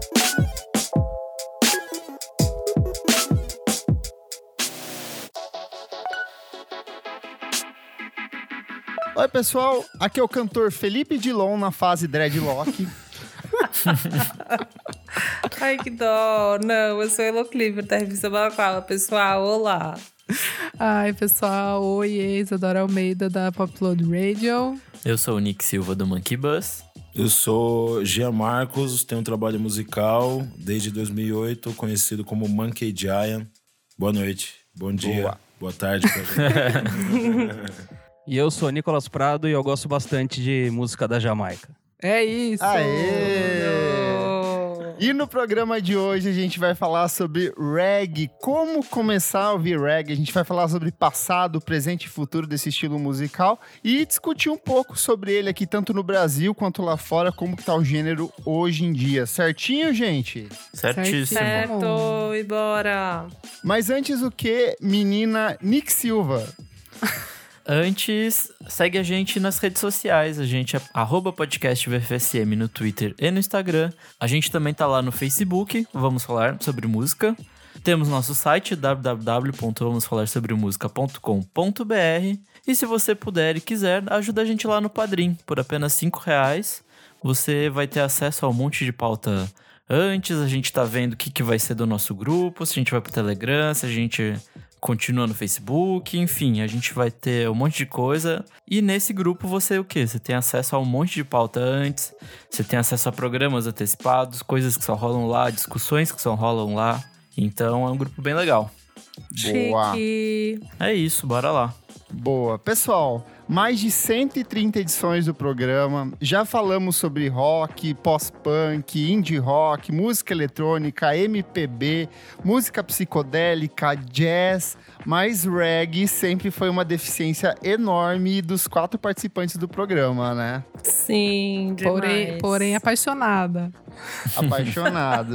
Oi, pessoal, aqui é o cantor Felipe Dilon na fase dreadlock. Ai, que dó. Não, eu sou Elo Clipper, da revista Balaclava. Pessoal, olá. Ai, pessoal, oi, Isadora Almeida da Popload Radio. Eu sou o Nick Silva do Monkey Bus. Eu sou Jean Marcos, tenho um trabalho musical desde 2008, conhecido como Monkey Giant. Boa noite, bom dia, boa tarde pra gente. E eu sou Nicolas Prado e eu gosto bastante de música da Jamaica. É isso! Aê! E no programa de hoje a gente vai falar sobre reggae, como começar a ouvir reggae. A gente vai falar sobre passado, presente e futuro desse estilo musical e discutir um pouco sobre ele aqui, tanto no Brasil quanto lá fora, como que tá o gênero hoje em dia. Certinho, gente? Certíssimo. Certo, e bora. Mas antes o que, menina Nick Silva? Antes, segue a gente nas redes sociais. A gente é @podcastvfsm no Twitter e no Instagram. A gente também tá lá no Facebook, Vamos Falar Sobre Música. Temos nosso site, www.vamosfalarsobremusica.com.br. E se você puder e quiser, ajuda a gente lá no Padrim. Por apenas R$5, você vai ter acesso a um monte de pauta antes. A gente tá vendo o que vai ser do nosso grupo, se a gente vai pro Telegram, se a gente continua no Facebook, enfim, a gente vai ter um monte de coisa. E nesse grupo você o quê? Você tem acesso a um monte de pauta antes, você tem acesso a programas antecipados, coisas que só rolam lá, discussões que só rolam lá. Então é um grupo bem legal. Boa. Chique. É isso, bora lá. Boa. Pessoal, mais de 130 edições do programa. Já falamos sobre rock, pós-punk, indie rock, música eletrônica, MPB, música psicodélica, jazz, mas reggae sempre foi uma deficiência enorme dos 4 participantes do programa, né? Sim, demais. Porém apaixonada. Apaixonado.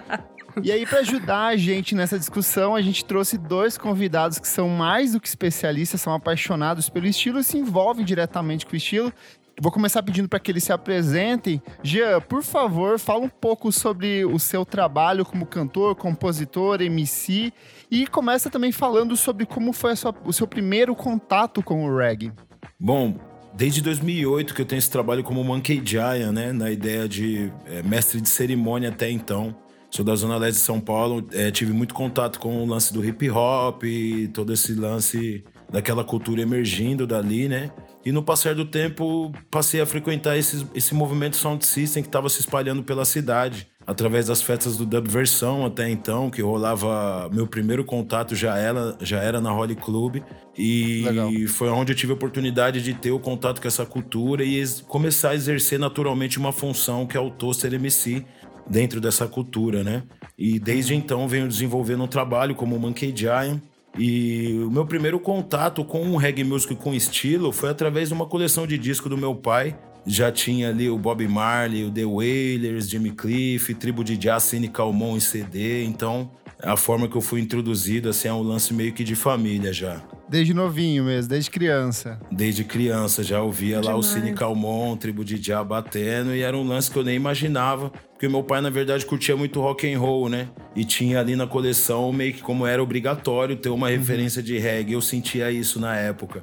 E aí, para ajudar a gente nessa discussão, a gente trouxe 2 convidados que são mais do que especialistas, são apaixonados pelo estilo e se envolvem diretamente com o estilo. Vou começar pedindo para que eles se apresentem. Jean, por favor, fala um pouco sobre o seu trabalho como cantor, compositor, MC e começa também falando sobre como foi o seu primeiro contato com o reggae. Bom, desde 2008 que eu tenho esse trabalho como Monkey Giant, né? Na ideia de mestre de cerimônia até então. Sou da Zona Leste de São Paulo, tive muito contato com o lance do hip hop, todo esse lance daquela cultura emergindo dali, né? E no passar do tempo, passei a frequentar esse movimento sound system que estava se espalhando pela cidade, através das festas do Dub Versão até então, que rolava, meu primeiro contato já era na Holly Club. E Legal. foi onde eu tive a oportunidade de ter o contato com essa cultura e começar a exercer naturalmente uma função que é o Toaster MC, dentro dessa cultura, né? E desde então venho desenvolvendo um trabalho como Monkey Giant. E o meu primeiro contato com o reggae music com estilo foi através de uma coleção de disco do meu pai. Já tinha ali o Bob Marley, o The Wailers, Jimmy Cliff, Tribo de Jah, Cine Calmon em CD. Então, a forma que eu fui introduzido assim, é um lance meio que de família já. Desde novinho mesmo, desde criança. Desde criança já ouvia lá o Cine Calmon, Tribo de Jah batendo, e era um lance que eu nem imaginava, porque meu pai na verdade curtia muito rock and roll, né? E tinha ali na coleção meio que como era obrigatório ter uma referência de reggae, eu sentia isso na época.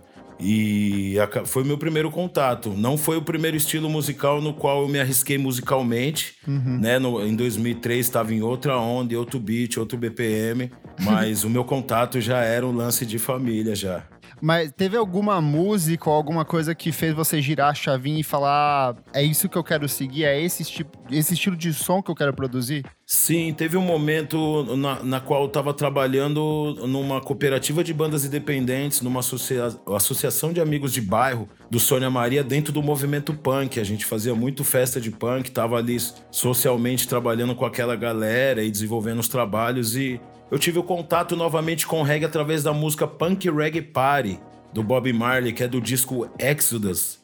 E foi o meu primeiro contato. Não foi o primeiro estilo musical no qual eu me arrisquei musicalmente, né? Em 2003 estava em outra onda, outro beat, outro BPM, mas o meu contato já era um lance de família já. Mas teve alguma música ou alguma coisa que fez você girar a chavinha e falar, é isso que eu quero seguir, é esse estilo de som que eu quero produzir? Sim, teve um momento na qual eu estava trabalhando numa cooperativa de bandas independentes, numa associação de amigos de bairro do Sônia Maria, dentro do movimento punk. A gente fazia muito festa de punk, estava ali socialmente trabalhando com aquela galera e desenvolvendo os trabalhos. E eu tive o contato novamente com o reggae através da música Punk Reggae Party, do Bob Marley, que é do disco Exodus.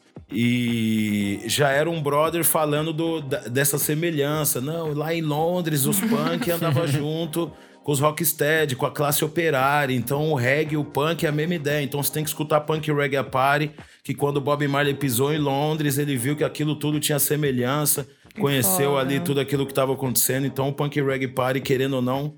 E já era um brother falando dessa semelhança. Não, lá em Londres os punk andavam junto com os rocksteady, com a classe operária. Então o reggae e o punk é a mesma ideia. Então você tem que escutar Punk Reggae Party, que quando o Bob Marley pisou em Londres, ele viu que aquilo tudo tinha semelhança. conheceu foda. ali tudo aquilo que estava acontecendo. Então o Punk Reggae Party, querendo ou não,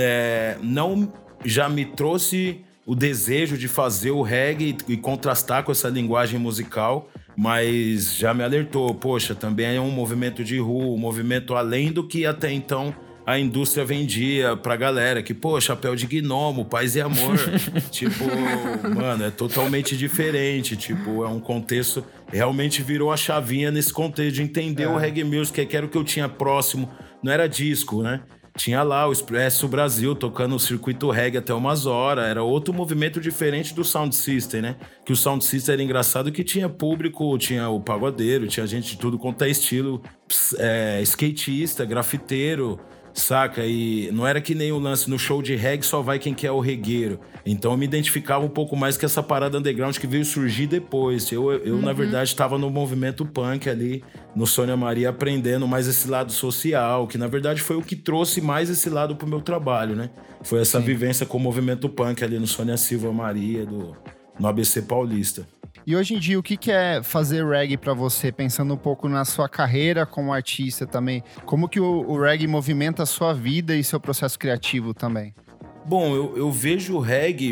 não já me trouxe o desejo de fazer o reggae e contrastar com essa linguagem musical, mas já me alertou, poxa, também é um movimento de rua, um movimento além do que até então a indústria vendia pra galera, que, pô, chapéu de gnomo, paz e amor. Tipo, mano, é totalmente diferente. Tipo, é um contexto... Realmente virou a chavinha nesse contexto de entender o reggae music, que era o que eu tinha próximo. Não era disco, né? Tinha lá o Expresso Brasil tocando o circuito reggae até umas horas. Era outro movimento diferente do Sound System, né? Que o Sound System era engraçado que tinha público, tinha o pagodeiro, tinha gente de tudo quanto é estilo, skatista, grafiteiro, saca? E não era que nem o lance no show de reggae só vai quem quer o regueiro. Então eu me identificava um pouco mais com essa parada underground que veio surgir depois. Eu na verdade, estava no movimento punk ali, no Sônia Maria, aprendendo mais esse lado social, que na verdade foi o que trouxe mais esse lado pro meu trabalho, né? Foi essa vivência com o movimento punk ali no Sônia Silva Maria, no ABC Paulista. E hoje em dia, o que é fazer reggae pra você? Pensando um pouco na sua carreira como artista também. Como que o reggae movimenta a sua vida e seu processo criativo também? Bom, eu vejo o reggae...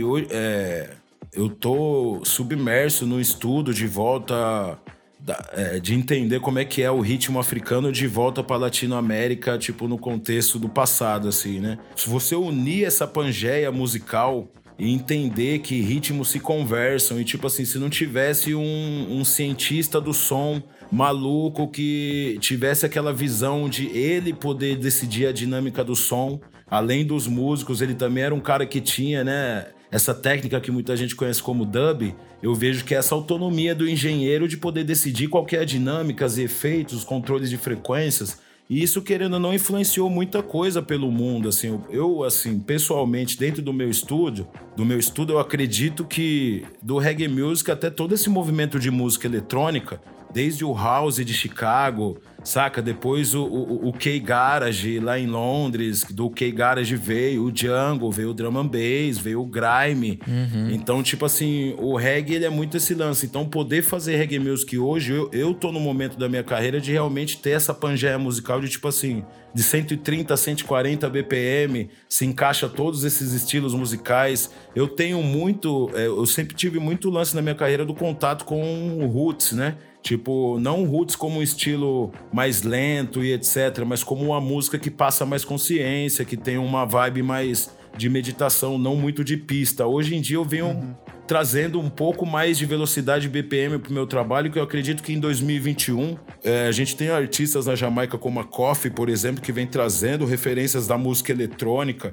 eu tô submerso no estudo de volta... de entender como é que é o ritmo africano de volta pra Latinoamérica, tipo, no contexto do passado, assim, né? Se você unir essa pangeia musical... e entender que ritmos se conversam. E, tipo assim, se não tivesse um cientista do som maluco que tivesse aquela visão de ele poder decidir a dinâmica do som, além dos músicos, ele também era um cara que tinha, né, essa técnica que muita gente conhece como dub. Eu vejo que é essa autonomia do engenheiro de poder decidir qual que é a dinâmica, os efeitos, os controles de frequências. E isso, querendo ou não, influenciou muita coisa pelo mundo, assim. Eu, assim, pessoalmente, dentro do meu estudo, eu acredito que do reggae music até todo esse movimento de música eletrônica, desde o house de Chicago, saca? Depois o K-Garage lá em Londres, do K-Garage veio o jungle, veio o drum and bass, veio o grime. Então, tipo assim, o reggae, ele é muito esse lance. Então, poder fazer reggae music hoje, eu tô no momento da minha carreira de realmente ter essa pangeia musical de, tipo assim, de 130 a 140 BPM, se encaixa todos esses estilos musicais. Eu tenho muito... eu sempre tive muito lance na minha carreira do contato com o roots, né? Tipo, não roots como um estilo mais lento e etc, mas como uma música que passa mais consciência, que tem uma vibe mais de meditação, não muito de pista. Hoje em dia eu venho trazendo um pouco mais de velocidade BPM pro meu trabalho, que eu acredito que em 2021 a gente tem artistas na Jamaica como a Coffee, por exemplo, que vem trazendo referências da música eletrônica,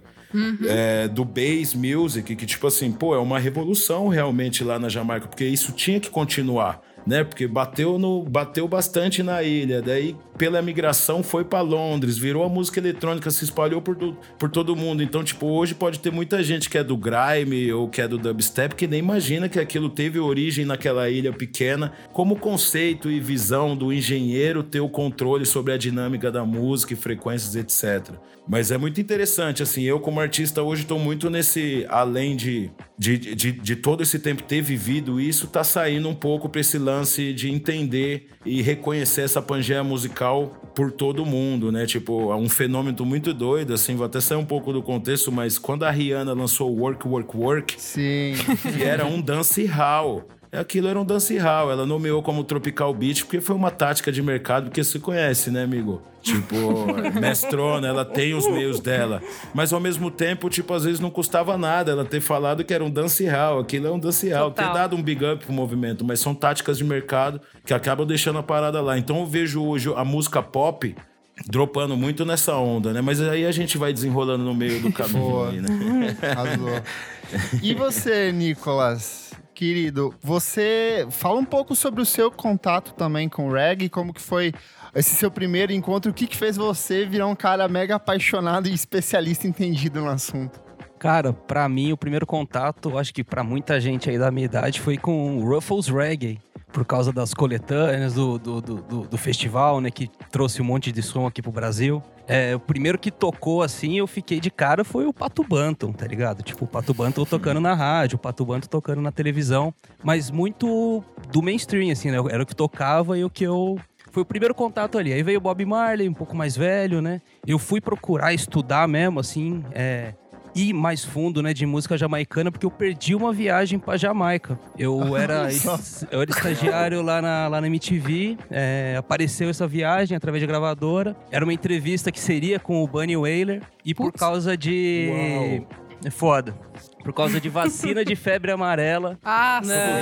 do bass music, que tipo assim, pô, é uma revolução realmente lá na Jamaica, porque isso tinha que continuar, né? Porque bateu bastante na ilha, daí pela migração foi para Londres, virou a música eletrônica, se espalhou por todo mundo. Então, tipo, hoje pode ter muita gente que é do grime ou que é do dubstep que nem imagina que aquilo teve origem naquela ilha pequena, como conceito e visão do engenheiro ter o controle sobre a dinâmica da música e frequências, etc. Mas é muito interessante, assim, eu como artista hoje estou muito nesse, além de todo esse tempo ter vivido isso, tá saindo um pouco para esse lance de entender e reconhecer essa pangeia musical por todo mundo, né? Tipo, é um fenômeno muito doido, assim, vou até sair um pouco do contexto, mas quando a Rihanna lançou Work, Work, Work, Sim. que era um dance hall, aquilo era um dance hall, ela nomeou como Tropical Beat porque foi uma tática de mercado, porque você conhece, né, amigo? Tipo, mestrona, ela tem os meios dela. Mas ao mesmo tempo, tipo, às vezes não custava nada ela ter falado que era um dance hall. Aquilo é um dance hall. Ter dado um big up pro movimento, mas são táticas de mercado que acabam deixando a parada lá. Então eu vejo hoje a música pop dropando muito nessa onda, né? Mas aí a gente vai desenrolando no meio do caminho aí, né? Arrasou. E você, Nicolas? Querido, você fala um pouco sobre o seu contato também com o reggae, como que foi esse seu primeiro encontro, o que fez você virar um cara mega apaixonado e especialista entendido no assunto? Cara, pra mim, o primeiro contato, acho que pra muita gente aí da minha idade, foi com o Ruffles Reggae, por causa das coletâneas do festival, né, que trouxe um monte de som aqui pro Brasil. O primeiro que tocou, assim, eu fiquei de cara, foi o Pato Banton, tá ligado? Tipo, o Pato Banton tocando na rádio, o Pato Banton tocando na televisão, mas muito do mainstream, assim, né? Era o que tocava e o que eu Foi o primeiro contato ali. Aí veio o Bob Marley, um pouco mais velho, né? Eu fui procurar estudar mesmo, assim, ir mais fundo, né, de música jamaicana, porque eu perdi uma viagem pra Jamaica. Eu era estagiário lá na MTV, apareceu essa viagem através de gravadora. Era uma entrevista que seria com o Bunny Wailer, e por causa de... Uau. É foda. Por causa de vacina de febre amarela. Ah,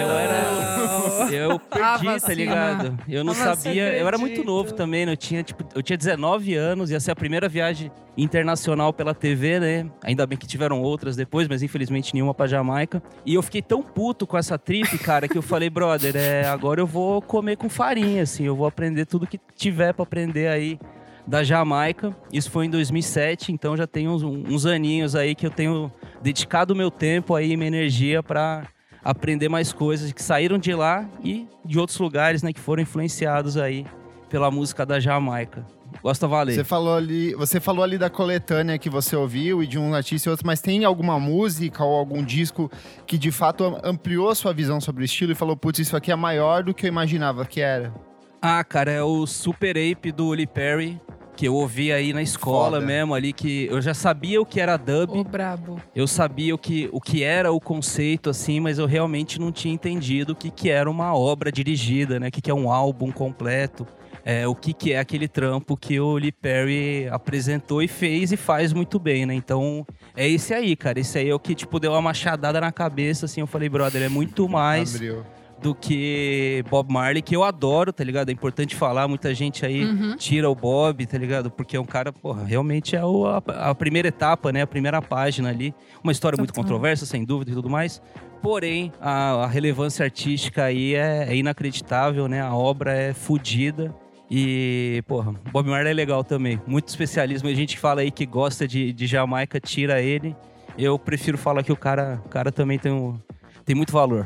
Eu perdi, tá ligado? Eu não Nossa, sabia. Eu era muito acredito. novo também, né? Eu tinha 19 anos, ia ser a primeira viagem internacional pela TV, né? Ainda bem que tiveram outras depois, mas infelizmente nenhuma pra Jamaica. E eu fiquei tão puto com essa trip, cara, que eu falei, brother, agora eu vou comer com farinha, assim. Eu vou aprender tudo que tiver pra aprender aí da Jamaica. Isso foi em 2007, então já tem uns aninhos aí que eu tenho dedicado o meu tempo aí, minha energia pra aprender mais coisas que saíram de lá e de outros lugares, né, que foram influenciados aí pela música da Jamaica. Gosta valer. Você falou ali da coletânea que você ouviu e de um artista e outro, mas tem alguma música ou algum disco que de fato ampliou a sua visão sobre o estilo e falou, putz, isso aqui é maior do que eu imaginava que era? Ah, cara, é o Super Ape do Lee Perry, que eu ouvi aí na escola mesmo ali, que eu já sabia o que era dub. Ô, brabo. Eu sabia o que era o conceito, assim, mas eu realmente não tinha entendido o que era uma obra dirigida, né? O que é um álbum completo. O que é aquele trampo que o Lee Perry apresentou e fez e faz muito bem, né? Então, é esse aí, cara. Esse aí é o que, tipo, deu uma machadada na cabeça, assim. Eu falei, brother, é muito mais do que Bob Marley, que eu adoro, tá ligado? É importante falar, muita gente aí tira o Bob, tá ligado? Porque é um cara, porra, realmente é a primeira etapa, né? A primeira página ali. Uma história muito controversa, sem dúvida e tudo mais. Porém, a relevância artística aí é inacreditável, né? A obra é fodida. E, porra, Bob Marley é legal também. Muito especialismo. A gente fala aí que gosta de Jamaica, tira ele. Eu prefiro falar que o cara também tem muito valor.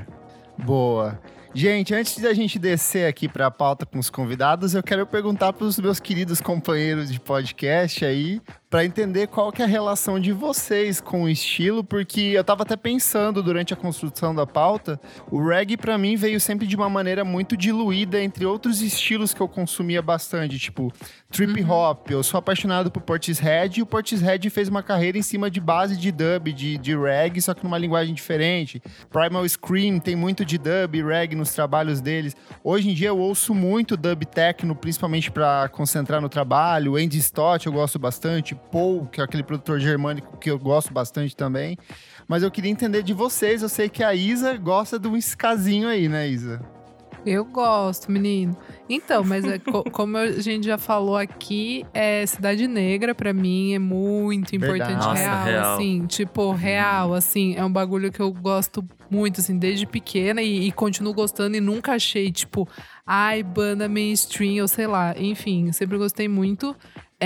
Boa. Gente, antes da gente descer aqui para a pauta com os convidados, eu quero perguntar para os meus queridos companheiros de podcast aí, para entender qual que é a relação de vocês com o estilo, porque eu tava até pensando durante a construção da pauta, o reggae para mim veio sempre de uma maneira muito diluída entre outros estilos que eu consumia bastante, tipo trip hop. Eu sou apaixonado por Portishead e o Portishead fez uma carreira em cima de base de dub, de reggae, só que numa linguagem diferente. Primal Scream tem muito de dub e reggae nos trabalhos deles. Hoje em dia eu ouço muito dub techno, principalmente para concentrar no trabalho. Andy Stott eu gosto bastante, Paul, que é aquele produtor germânico que eu gosto bastante também. Mas eu queria entender de vocês, eu sei que a Isa gosta de um skazinho aí, né, Isa? Eu gosto, menino. Então, mas como a gente já falou aqui, Cidade Negra, pra mim, é muito importante. Verdade. Nossa, real, real. assim. Tipo, real, assim. É um bagulho que eu gosto muito, assim, desde pequena. E continuo gostando e nunca achei, tipo... Ai, banda mainstream, ou sei lá. Enfim, sempre gostei muito.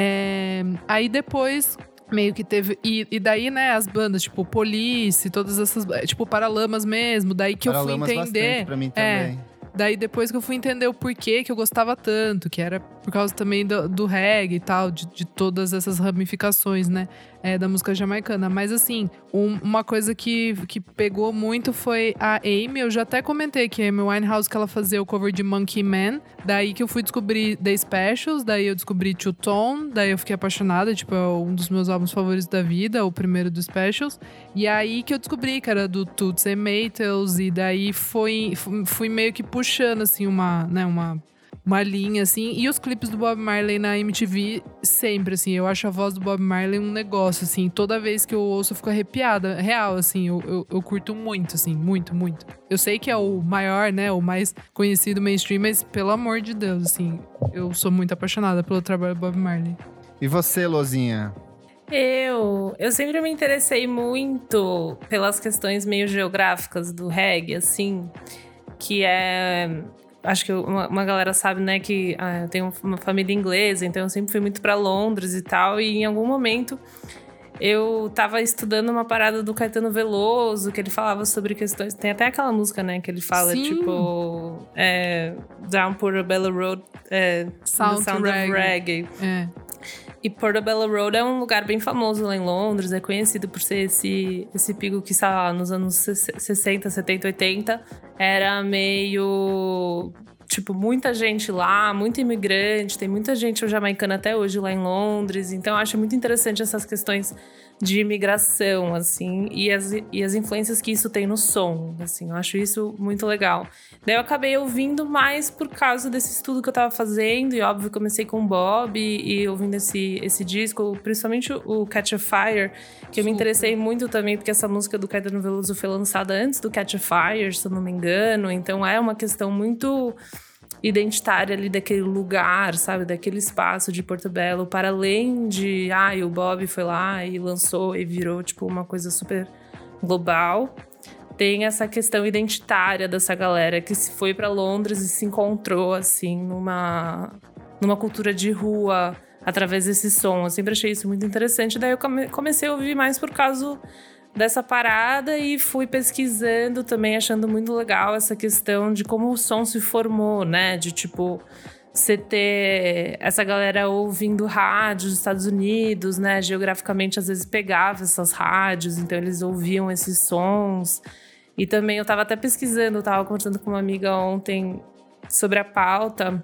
Aí depois... Meio que teve... E daí, né, as bandas, tipo, Police, todas essas... Tipo, Paralamas mesmo. Daí que Paralamas eu fui entender... bastante pra mim também. Daí depois que eu fui entender o porquê que eu gostava tanto, que era por causa também do reggae e tal, de todas essas ramificações, né, da música jamaicana. Mas assim, uma coisa que pegou muito foi a Amy. Eu já até comentei que a Amy Winehouse, que ela fazia o cover de Monkey Man. Daí que eu fui descobrir The Specials, daí eu descobri Two Tone, daí eu fiquei apaixonada, tipo, é um dos meus álbuns favoritos da vida, o primeiro do Specials. E aí que eu descobri que era do Toots and Maytals, e daí fui meio que puxando, assim, uma linha, assim. E os clipes do Bob Marley na MTV, sempre, assim. Eu acho a voz do Bob Marley um negócio, assim. Toda vez que eu ouço, eu fico arrepiada. Real, assim. Eu curto muito, assim. Muito, muito. Eu sei que é o maior, né? O mais conhecido mainstream, mas pelo amor de Deus, assim. Eu sou muito apaixonada pelo trabalho do Bob Marley. E você, Lozinha? Eu sempre me interessei muito pelas questões meio geográficas do reggae, assim. Que é... Acho que uma galera sabe, né, que eu tenho uma família inglesa, então eu sempre fui muito pra Londres e tal. E em algum momento eu tava estudando uma parada do Caetano Veloso, que ele falava sobre questões... Tem até aquela música, né, que ele fala, Sim. tipo... Down Portobello Road, Sound The Sound of Reggae. E Portobello Road é um lugar bem famoso lá em Londres, é conhecido por ser esse pico que, sei lá, nos anos 60, 70, 80, era meio tipo, muita gente lá, muito imigrante, tem muita gente jamaicana até hoje lá em Londres. Então, eu acho muito interessante essas questões de imigração, assim, e as influências que isso tem no som, assim, eu acho isso muito legal. Daí eu acabei ouvindo mais por causa desse estudo que eu tava fazendo, e óbvio, comecei com o Bob e ouvindo esse disco, principalmente o Catch a Fire, que eu me interessei muito também, porque essa música do Caetano Veloso foi lançada antes do Catch a Fire, se eu não me engano, então é uma questão muito identitária ali daquele lugar, sabe? Daquele espaço de Portobello, para além de... o Bob foi lá e lançou e virou, tipo, uma coisa super global. Tem essa questão identitária dessa galera que se foi para Londres e se encontrou, assim, numa cultura de rua, através desse som. Eu sempre achei isso muito interessante. Daí eu comecei a ouvir mais por causa dessa parada e fui pesquisando também, achando muito legal essa questão de como o som se formou, né? De, tipo, você ter essa galera ouvindo rádios dos Estados Unidos, né? Geograficamente, às vezes, pegava essas rádios, então eles ouviam esses sons. E também eu tava até pesquisando, eu tava conversando com uma amiga ontem sobre a pauta.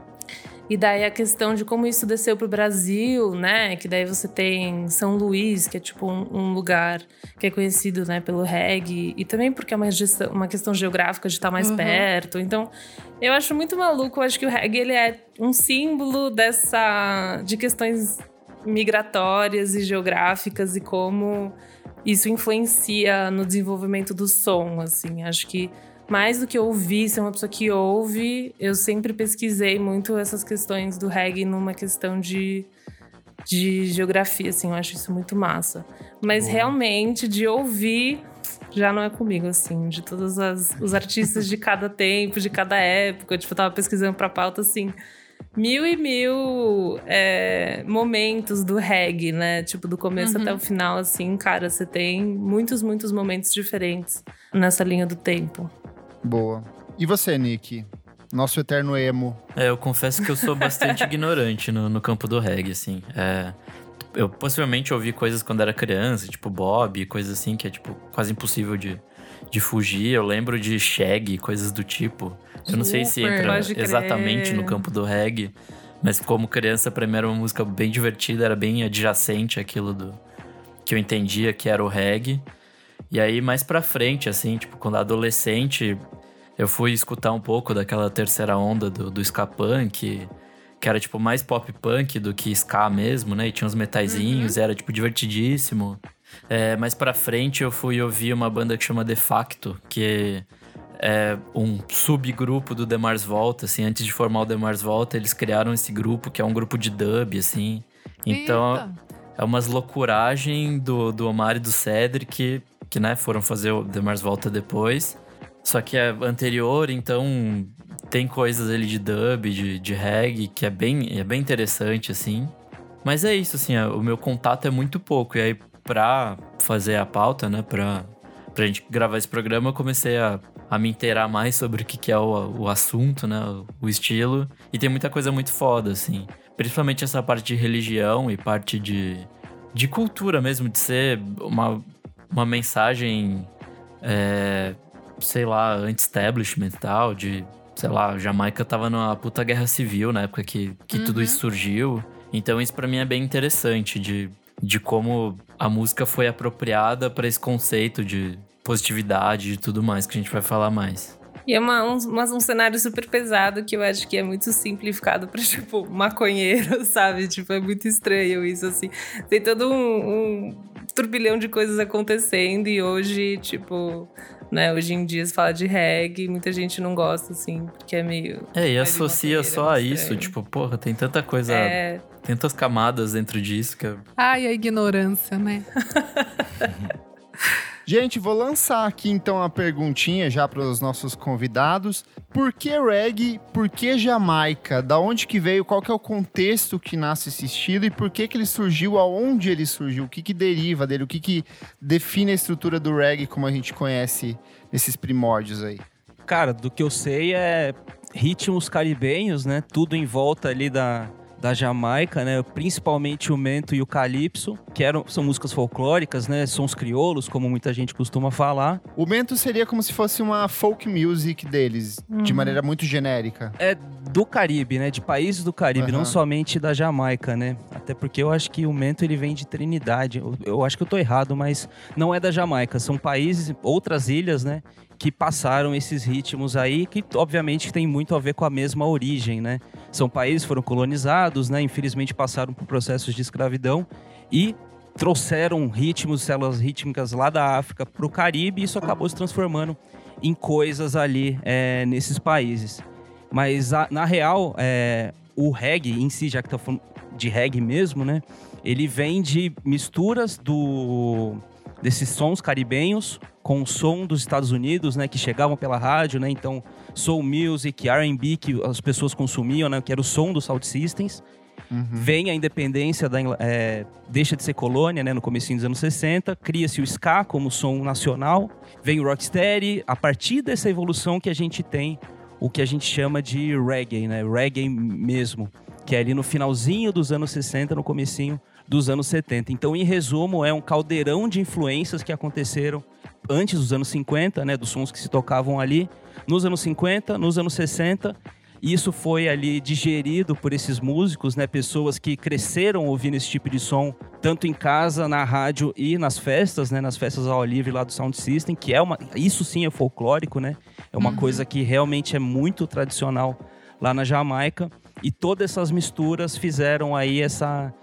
E daí a questão de como isso desceu pro Brasil, né? Que daí você tem São Luís, que é tipo um lugar que é conhecido, né, pelo reggae. E também porque é uma questão geográfica de estar mais perto. Então, eu acho muito maluco. Eu acho que o reggae, ele é um símbolo de questões migratórias e geográficas e como isso influencia no desenvolvimento do som, assim. Acho que mais do que ouvir, ser uma pessoa que ouve, eu sempre pesquisei muito essas questões do reggae numa questão de geografia, assim, eu acho isso muito massa. Mas realmente, de ouvir, já não é comigo, assim, de todos os artistas de cada tempo, de cada época. Tipo, eu tava pesquisando pra pauta, assim, mil momentos do reggae, né? Tipo, do começo até o final, assim, cara, você tem muitos momentos diferentes nessa linha do tempo. Boa. E você, Nick? Nosso eterno emo. Eu confesso que eu sou bastante ignorante no campo do reggae, assim. Eu possivelmente ouvi coisas quando era criança, tipo Bob, coisas assim, que é, tipo, quase impossível de fugir. Eu lembro de Shaggy, coisas do tipo. Eu não sei se entra exatamente no campo do reggae, mas como criança, pra mim era uma música bem divertida, era bem adjacente àquilo que eu entendia que era o reggae. E aí, mais pra frente, assim, tipo, quando adolescente, eu fui escutar um pouco daquela terceira onda do ska punk, que era, tipo, mais pop punk do que ska mesmo, né? E tinha uns metaizinhos, era, tipo, divertidíssimo. Mais pra frente, eu fui ouvir uma banda que chama De Facto, que é um subgrupo do The Mars Volta, assim. Antes de formar o The Mars Volta, eles criaram esse grupo, que é um grupo de dub, assim. Então, é umas loucuragens do Omar e do Cedric, que, né, foram fazer o The Mars Volta depois. Só que é anterior, então tem coisas ali de dub, de reggae, que é bem interessante, assim. Mas é isso, assim, o meu contato é muito pouco. E aí, pra fazer a pauta, né, pra gente gravar esse programa, eu comecei a me inteirar mais sobre o que é o assunto, né, o estilo. E tem muita coisa muito foda, assim. Principalmente essa parte de religião e parte de cultura mesmo, de ser uma mensagem, sei lá, anti-establishment e tal, sei lá, Jamaica tava numa puta guerra civil na época que tudo isso surgiu. Então isso pra mim é bem interessante, de como a música foi apropriada pra esse conceito de positividade e tudo mais, que a gente vai falar mais. E é um cenário super pesado que eu acho que é muito simplificado pra, tipo, maconheiro, sabe? Tipo, é muito estranho isso, assim. Tem todo um turbilhão de coisas acontecendo e hoje, tipo, né? Hoje em dia se fala de reggae, muita gente não gosta, assim, porque é meio... E associa só a isso, tipo, porra, tem tanta coisa... Tem tantas camadas dentro disso que... Ai, a ignorância, né? Gente, vou lançar aqui então uma perguntinha já para os nossos convidados. Por que reggae? Por que Jamaica? Da onde que veio? Qual que é o contexto que nasce esse estilo? E por que ele surgiu? Aonde ele surgiu? O que deriva dele? O que define a estrutura do reggae como a gente conhece nesses primórdios aí? Cara, do que eu sei é ritmos caribenhos, né? Tudo em volta ali da Jamaica, né? Principalmente o mento e o calypso, que são músicas folclóricas, né? Sons crioulos, como muita gente costuma falar. O mento seria como se fosse uma folk music deles, de maneira muito genérica. É do Caribe, né? De países do Caribe, não somente da Jamaica, né? Até porque eu acho que o mento ele vem de Trinidade. Eu acho que eu tô errado, mas não é da Jamaica. São países, outras ilhas, né? Que passaram esses ritmos aí, que obviamente tem muito a ver com a mesma origem, né? São países que foram colonizados, né? Infelizmente passaram por processos de escravidão e trouxeram ritmos, células rítmicas lá da África para o Caribe e isso acabou se transformando em coisas ali nesses países. Mas, na real, o reggae em si, já que tá falando de reggae mesmo, né? Ele vem de misturas desses sons caribenhos com o som dos Estados Unidos, né, que chegavam pela rádio, né, então soul music, R&B que as pessoas consumiam, né, que era o som dos Sound Systems. Vem a independência, deixa de ser colônia, né, no comecinho dos anos 60, cria-se o ska como som nacional, vem o rocksteady, a partir dessa evolução que a gente tem o que a gente chama de reggae, né, reggae mesmo, que é ali no finalzinho dos anos 60, no comecinho dos anos 70. Então, em resumo, é um caldeirão de influências que aconteceram antes dos anos 50, né, dos sons que se tocavam ali, nos anos 50, nos anos 60, e isso foi ali digerido por esses músicos, né, pessoas que cresceram ouvindo esse tipo de som, tanto em casa, na rádio e nas festas, né, nas festas ao livre lá do Sound System, que isso sim é folclórico, né, é uma coisa que realmente é muito tradicional lá na Jamaica, e todas essas misturas fizeram aí essa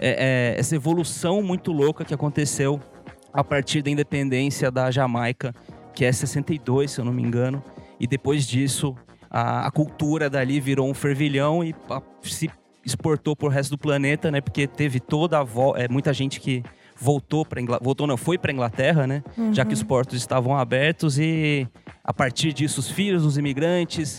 evolução muito louca que aconteceu a partir da independência da Jamaica, que é 62, se eu não me engano. E depois disso, a cultura dali virou um fervilhão e se exportou para o resto do planeta, né? Porque teve muita gente que foi para a Inglaterra, né? Já que os portos estavam abertos e a partir disso os filhos dos imigrantes...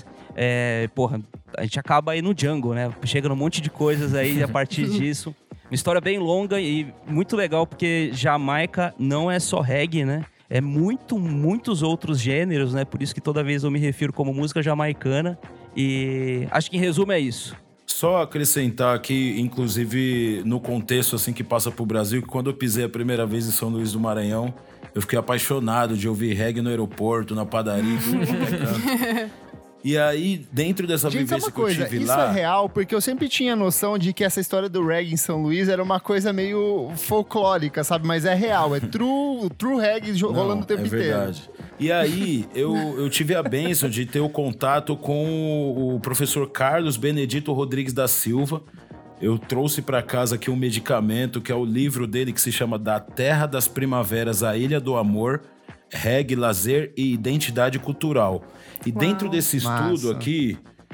a gente acaba aí no jungle, né? Chega num monte de coisas aí a partir disso. Uma história bem longa e muito legal, porque Jamaica não é só reggae, né? É muitos outros gêneros, né? Por isso que toda vez eu me refiro como música jamaicana. E acho que em resumo é isso. Só acrescentar aqui, inclusive no contexto assim que passa pro Brasil, que quando eu pisei a primeira vez em São Luís do Maranhão, eu fiquei apaixonado de ouvir reggae no aeroporto, na padaria, tudo quanto é canto. E aí, dentro dessa vivência que eu tive isso lá... Isso é real, porque eu sempre tinha noção de que essa história do reggae em São Luís era uma coisa meio folclórica, sabe? Mas é real, é true reggae rolando o tempo inteiro. É verdade. E aí, eu tive a bênção de ter o contato com o professor Carlos Benedito Rodrigues da Silva. Eu trouxe para casa aqui um medicamento, que é o livro dele, que se chama Da Terra das Primaveras à Ilha do Amor, Reggae, Lazer e Identidade Cultural. E dentro desse estudo aqui,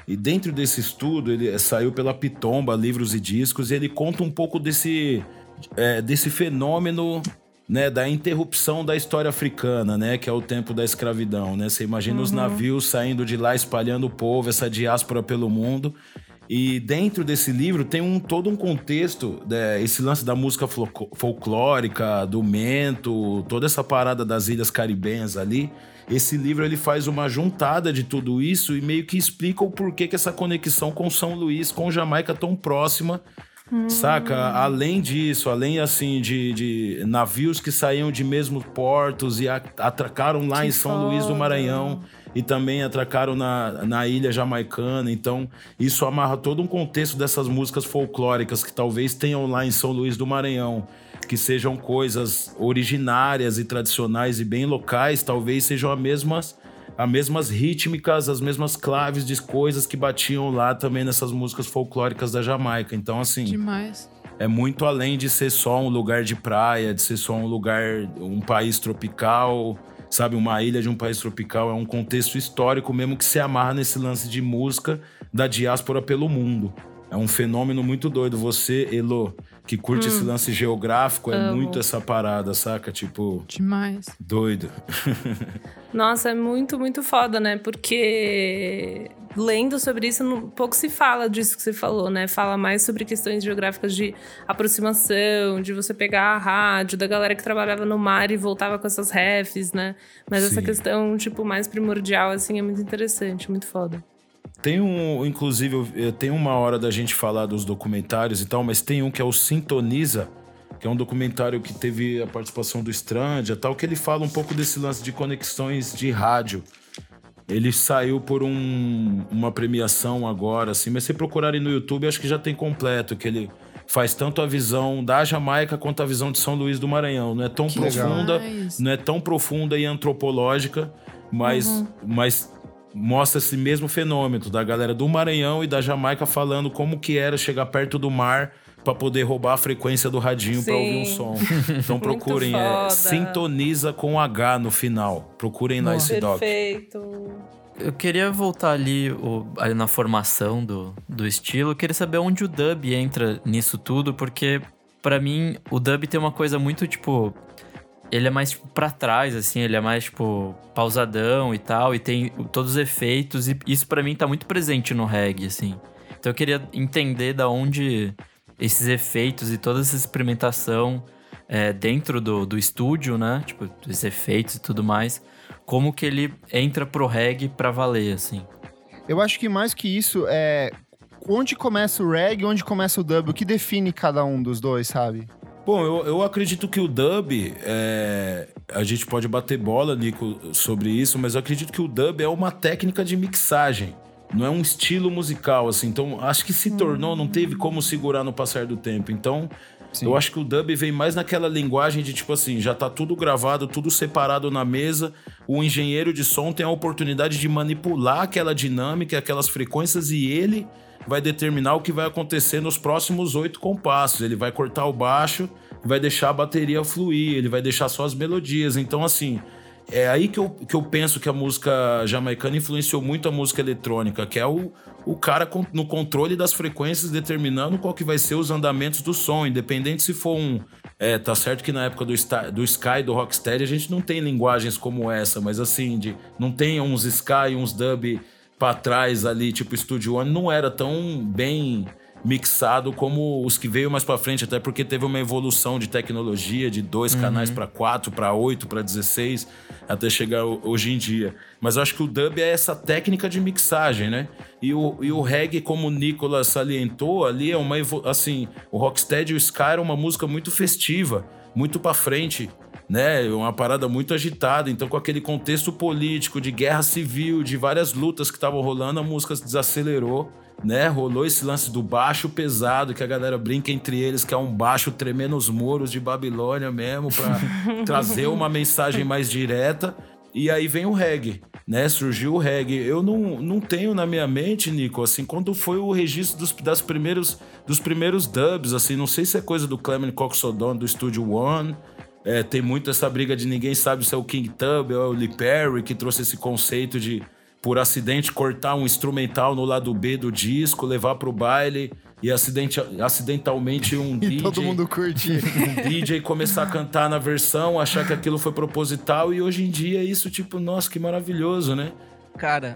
ele saiu pela Pitomba, Livros e Discos, e ele conta um pouco desse fenômeno, né, da interrupção da história africana, né, que é o tempo da escravidão, né? Você imagina os navios saindo de lá, espalhando o povo, essa diáspora pelo mundo. E dentro desse livro tem todo um contexto, esse lance da música folclórica, do mento, toda essa parada das ilhas caribenhas ali. Esse livro ele faz uma juntada de tudo isso e meio que explica o porquê que essa conexão com São Luís, com Jamaica tão próxima, saca? Além disso, além assim de navios que saíam de mesmos portos e atracaram lá em São Luís do Maranhão e também atracaram na ilha jamaicana. Então, isso amarra todo um contexto dessas músicas folclóricas que talvez tenham lá em São Luís do Maranhão, que sejam coisas originárias e tradicionais e bem locais, talvez sejam as mesmas rítmicas, as mesmas claves de coisas que batiam lá também nessas músicas folclóricas da Jamaica. Então, assim... Demais. É muito além de ser só um lugar de praia, de ser só um país tropical, sabe? Uma ilha de um país tropical. É um contexto histórico mesmo que se amarra nesse lance de música da diáspora pelo mundo. É um fenômeno muito doido. Você, Elo, que curte esse lance geográfico, Amo. Muito essa parada, saca? Tipo... Demais. Doido. Nossa, é muito, muito foda, né? Porque lendo sobre isso, pouco se fala disso que você falou, né? Fala mais sobre questões geográficas de aproximação, de você pegar a rádio, da galera que trabalhava no mar e voltava com essas refs, né? Mas essa questão, tipo, mais primordial, assim, é muito interessante, muito foda. Inclusive, tem uma hora da gente falar dos documentários e tal, mas tem um que é o Sintoniza, que é um documentário que teve a participação do Strandia e tal, que ele fala um pouco desse lance de conexões de rádio. Ele saiu por uma premiação agora, assim, mas se procurarem no YouTube, acho que já tem completo, que ele faz tanto a visão da Jamaica quanto a visão de São Luís do Maranhão. Não é tão profunda, não é tão profunda e antropológica, mas mostra esse mesmo fenômeno da galera do Maranhão e da Jamaica falando como que era chegar perto do mar para poder roubar a frequência do radinho para ouvir um som. Então procurem, Sintoniza com H no final. Procurem lá esse doc. Perfeito. Eu queria voltar ali na formação do estilo. Eu queria saber onde o dub entra nisso tudo, porque pra mim o dub tem uma coisa muito, tipo... Ele é mais, tipo, pra trás, assim. Ele é mais, tipo, pausadão e tal. E tem todos os efeitos. E isso pra mim tá muito presente no reggae, assim. Então eu queria entender da onde esses efeitos e toda essa experimentação dentro do estúdio, né? Tipo, os efeitos e tudo mais. Como que ele entra pro reggae pra valer, assim? Eu acho que mais que isso é onde começa o reggae e onde começa o dub. O que define cada um dos dois, sabe? Bom, eu acredito que o dub, a gente pode bater bola, Nico, sobre isso, mas eu acredito que o dub é uma técnica de mixagem, não é um estilo musical, assim. Então, acho que se tornou, não teve como segurar no passar do tempo. Então, sim, eu acho que o dub vem mais naquela linguagem de, tipo assim, já tá tudo gravado, tudo separado na mesa, o engenheiro de som tem a oportunidade de manipular aquela dinâmica, aquelas frequências, e ele vai determinar o que vai acontecer nos próximos 8 compassos. Ele vai cortar o baixo, vai deixar a bateria fluir, ele vai deixar só as melodias. Então, assim, é aí que eu penso que a música jamaicana influenciou muito a música eletrônica, que é o cara no controle das frequências, determinando qual que vai ser os andamentos do som, independente se for tá certo que na época do Sky e do Rocksteady a gente não tem linguagens como essa, mas assim, não tem uns Sky e uns dub pra trás ali, tipo Studio One, não era tão bem mixado como os que veio mais pra frente, até porque teve uma evolução de tecnologia, de 2 canais pra 4, pra 8, pra 16, até chegar hoje em dia. Mas eu acho que o dub é essa técnica de mixagem, né? E o reggae, como o Nicolas salientou, ali é assim, o Rocksteady e o Sky era uma música muito festiva, muito pra frente, né? Uma parada muito agitada. Então, com aquele contexto político de guerra civil, de várias lutas que estavam rolando, a música se desacelerou, né? Rolou esse lance do baixo pesado, que a galera brinca entre eles, que é um baixo tremendo os muros de Babilônia mesmo, pra trazer uma mensagem mais direta. E aí vem o reggae, né? Surgiu o reggae. Eu não tenho na minha mente, Nico, assim, quando foi o registro dos primeiros dubs, assim, não sei se é coisa do Clement Cox O'Donnell, do Studio One. Tem muito essa briga de ninguém sabe se é o King Tub ou é o Lee Perry que trouxe esse conceito de, por acidente, cortar um instrumental no lado B do disco, levar pro baile e acidentalmente um DJ... E todo mundo curtir. Um DJ começar a cantar na versão, achar que aquilo foi proposital, e hoje em dia é isso, tipo, nossa, que maravilhoso, né? Cara,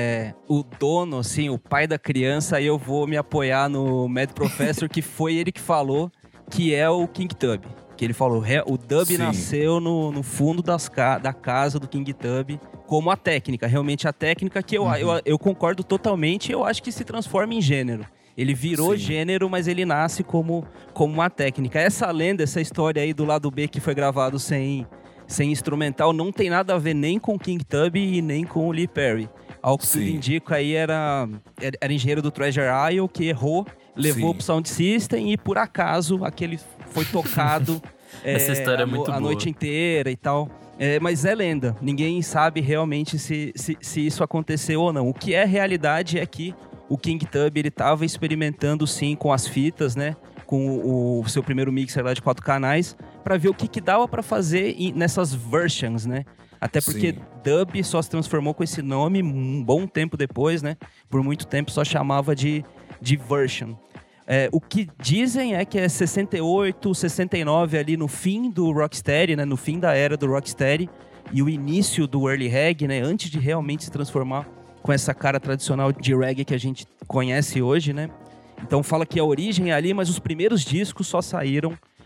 o dono, assim, o pai da criança, aí eu vou me apoiar no Mad Professor, que foi ele que falou que é o King Tub. Que ele falou, o dub Sim. nasceu no fundo da casa do King Tub como a técnica, realmente a técnica que eu concordo totalmente, eu acho que se transforma em gênero. Ele virou Sim. gênero, mas ele nasce como uma técnica. Essa lenda, essa história aí do lado B que foi gravado sem instrumental, não tem nada a ver nem com King Tub e nem com o Lee Perry. Ao que tudo indica aí era engenheiro do Treasure Isle que errou, levou Sim. pro Sound System e por acaso aquele foi tocado essa história é muito boa. A noite inteira e tal. Mas é lenda, ninguém sabe realmente se isso aconteceu ou não. O que é realidade é que o King Tub ele estava experimentando sim com as fitas, né? Com o seu primeiro mixer lá de 4 canais, para ver o que dava para fazer nessas versions, né? Até porque Sim. dub só se transformou com esse nome um bom tempo depois, né? Por muito tempo só chamava de version. O que dizem é que é 68, 69 ali no fim do Rocksteady, né? No fim da era do Rocksteady e o início do early reggae, né? Antes de realmente se transformar com essa cara tradicional de reggae que a gente conhece hoje, né? Então fala que a origem é ali, mas os primeiros discos só saíram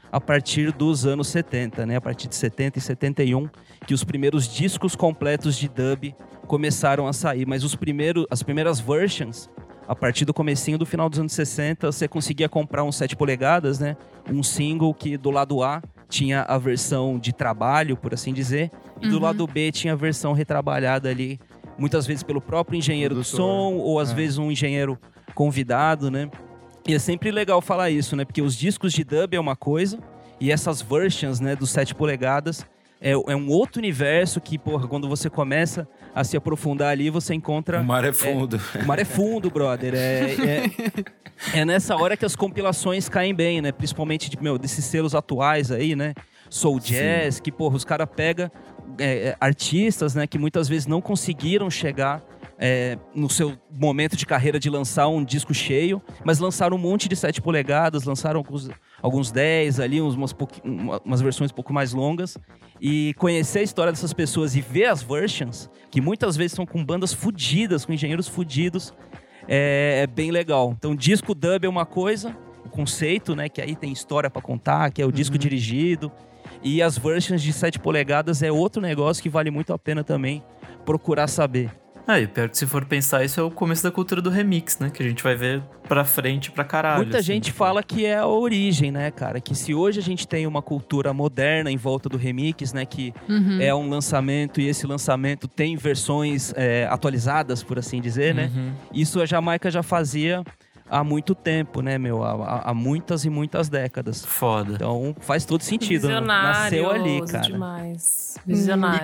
a partir dos anos 70, né? A partir de 70 e 71, que os primeiros discos completos de dub começaram a sair. Mas as primeiras versions, a partir do comecinho do final dos anos 60, você conseguia comprar um 7 polegadas, né? Um single que do lado A tinha a versão de trabalho, por assim dizer, e do lado B tinha a versão retrabalhada ali, muitas vezes pelo próprio engenheiro do som, ou às vezes um engenheiro convidado, né? E é sempre legal falar isso, né? Porque os discos de dub é uma coisa, e essas versions, né, dos 7 polegadas é um outro universo que, porra, quando você começa a se aprofundar ali, você encontra... O mar é fundo. O mar é fundo, brother. É nessa hora que as compilações caem bem, né? Principalmente desses selos atuais aí, né? Soul Jazz, sim, que, porra, os caras pegam artistas, né? Que muitas vezes não conseguiram chegar no seu momento de carreira de lançar um disco cheio, mas lançaram um monte de 7 polegadas, lançaram alguns 10 ali, umas versões um pouco mais longas. E conhecer a história dessas pessoas e ver as versions, que muitas vezes são com bandas fudidas, com engenheiros fudidos, é bem legal. Então, disco dub é uma coisa, o conceito, né, que aí tem história pra contar, que é o disco dirigido. E as versions de 7 polegadas é outro negócio que vale muito a pena também procurar saber. E pior que se for pensar, isso é o começo da cultura do remix, né? Que a gente vai ver pra frente pra caralho. Muita gente fala que é a origem, né, cara? Que se hoje a gente tem uma cultura moderna em volta do remix, né? Que é um lançamento e esse lançamento tem versões atualizadas, por assim dizer, né? Isso a Jamaica já fazia há muito tempo, né, meu? Há muitas e muitas décadas. Foda. Então faz todo sentido. Nasceu ali, cara. Demais. Visionários.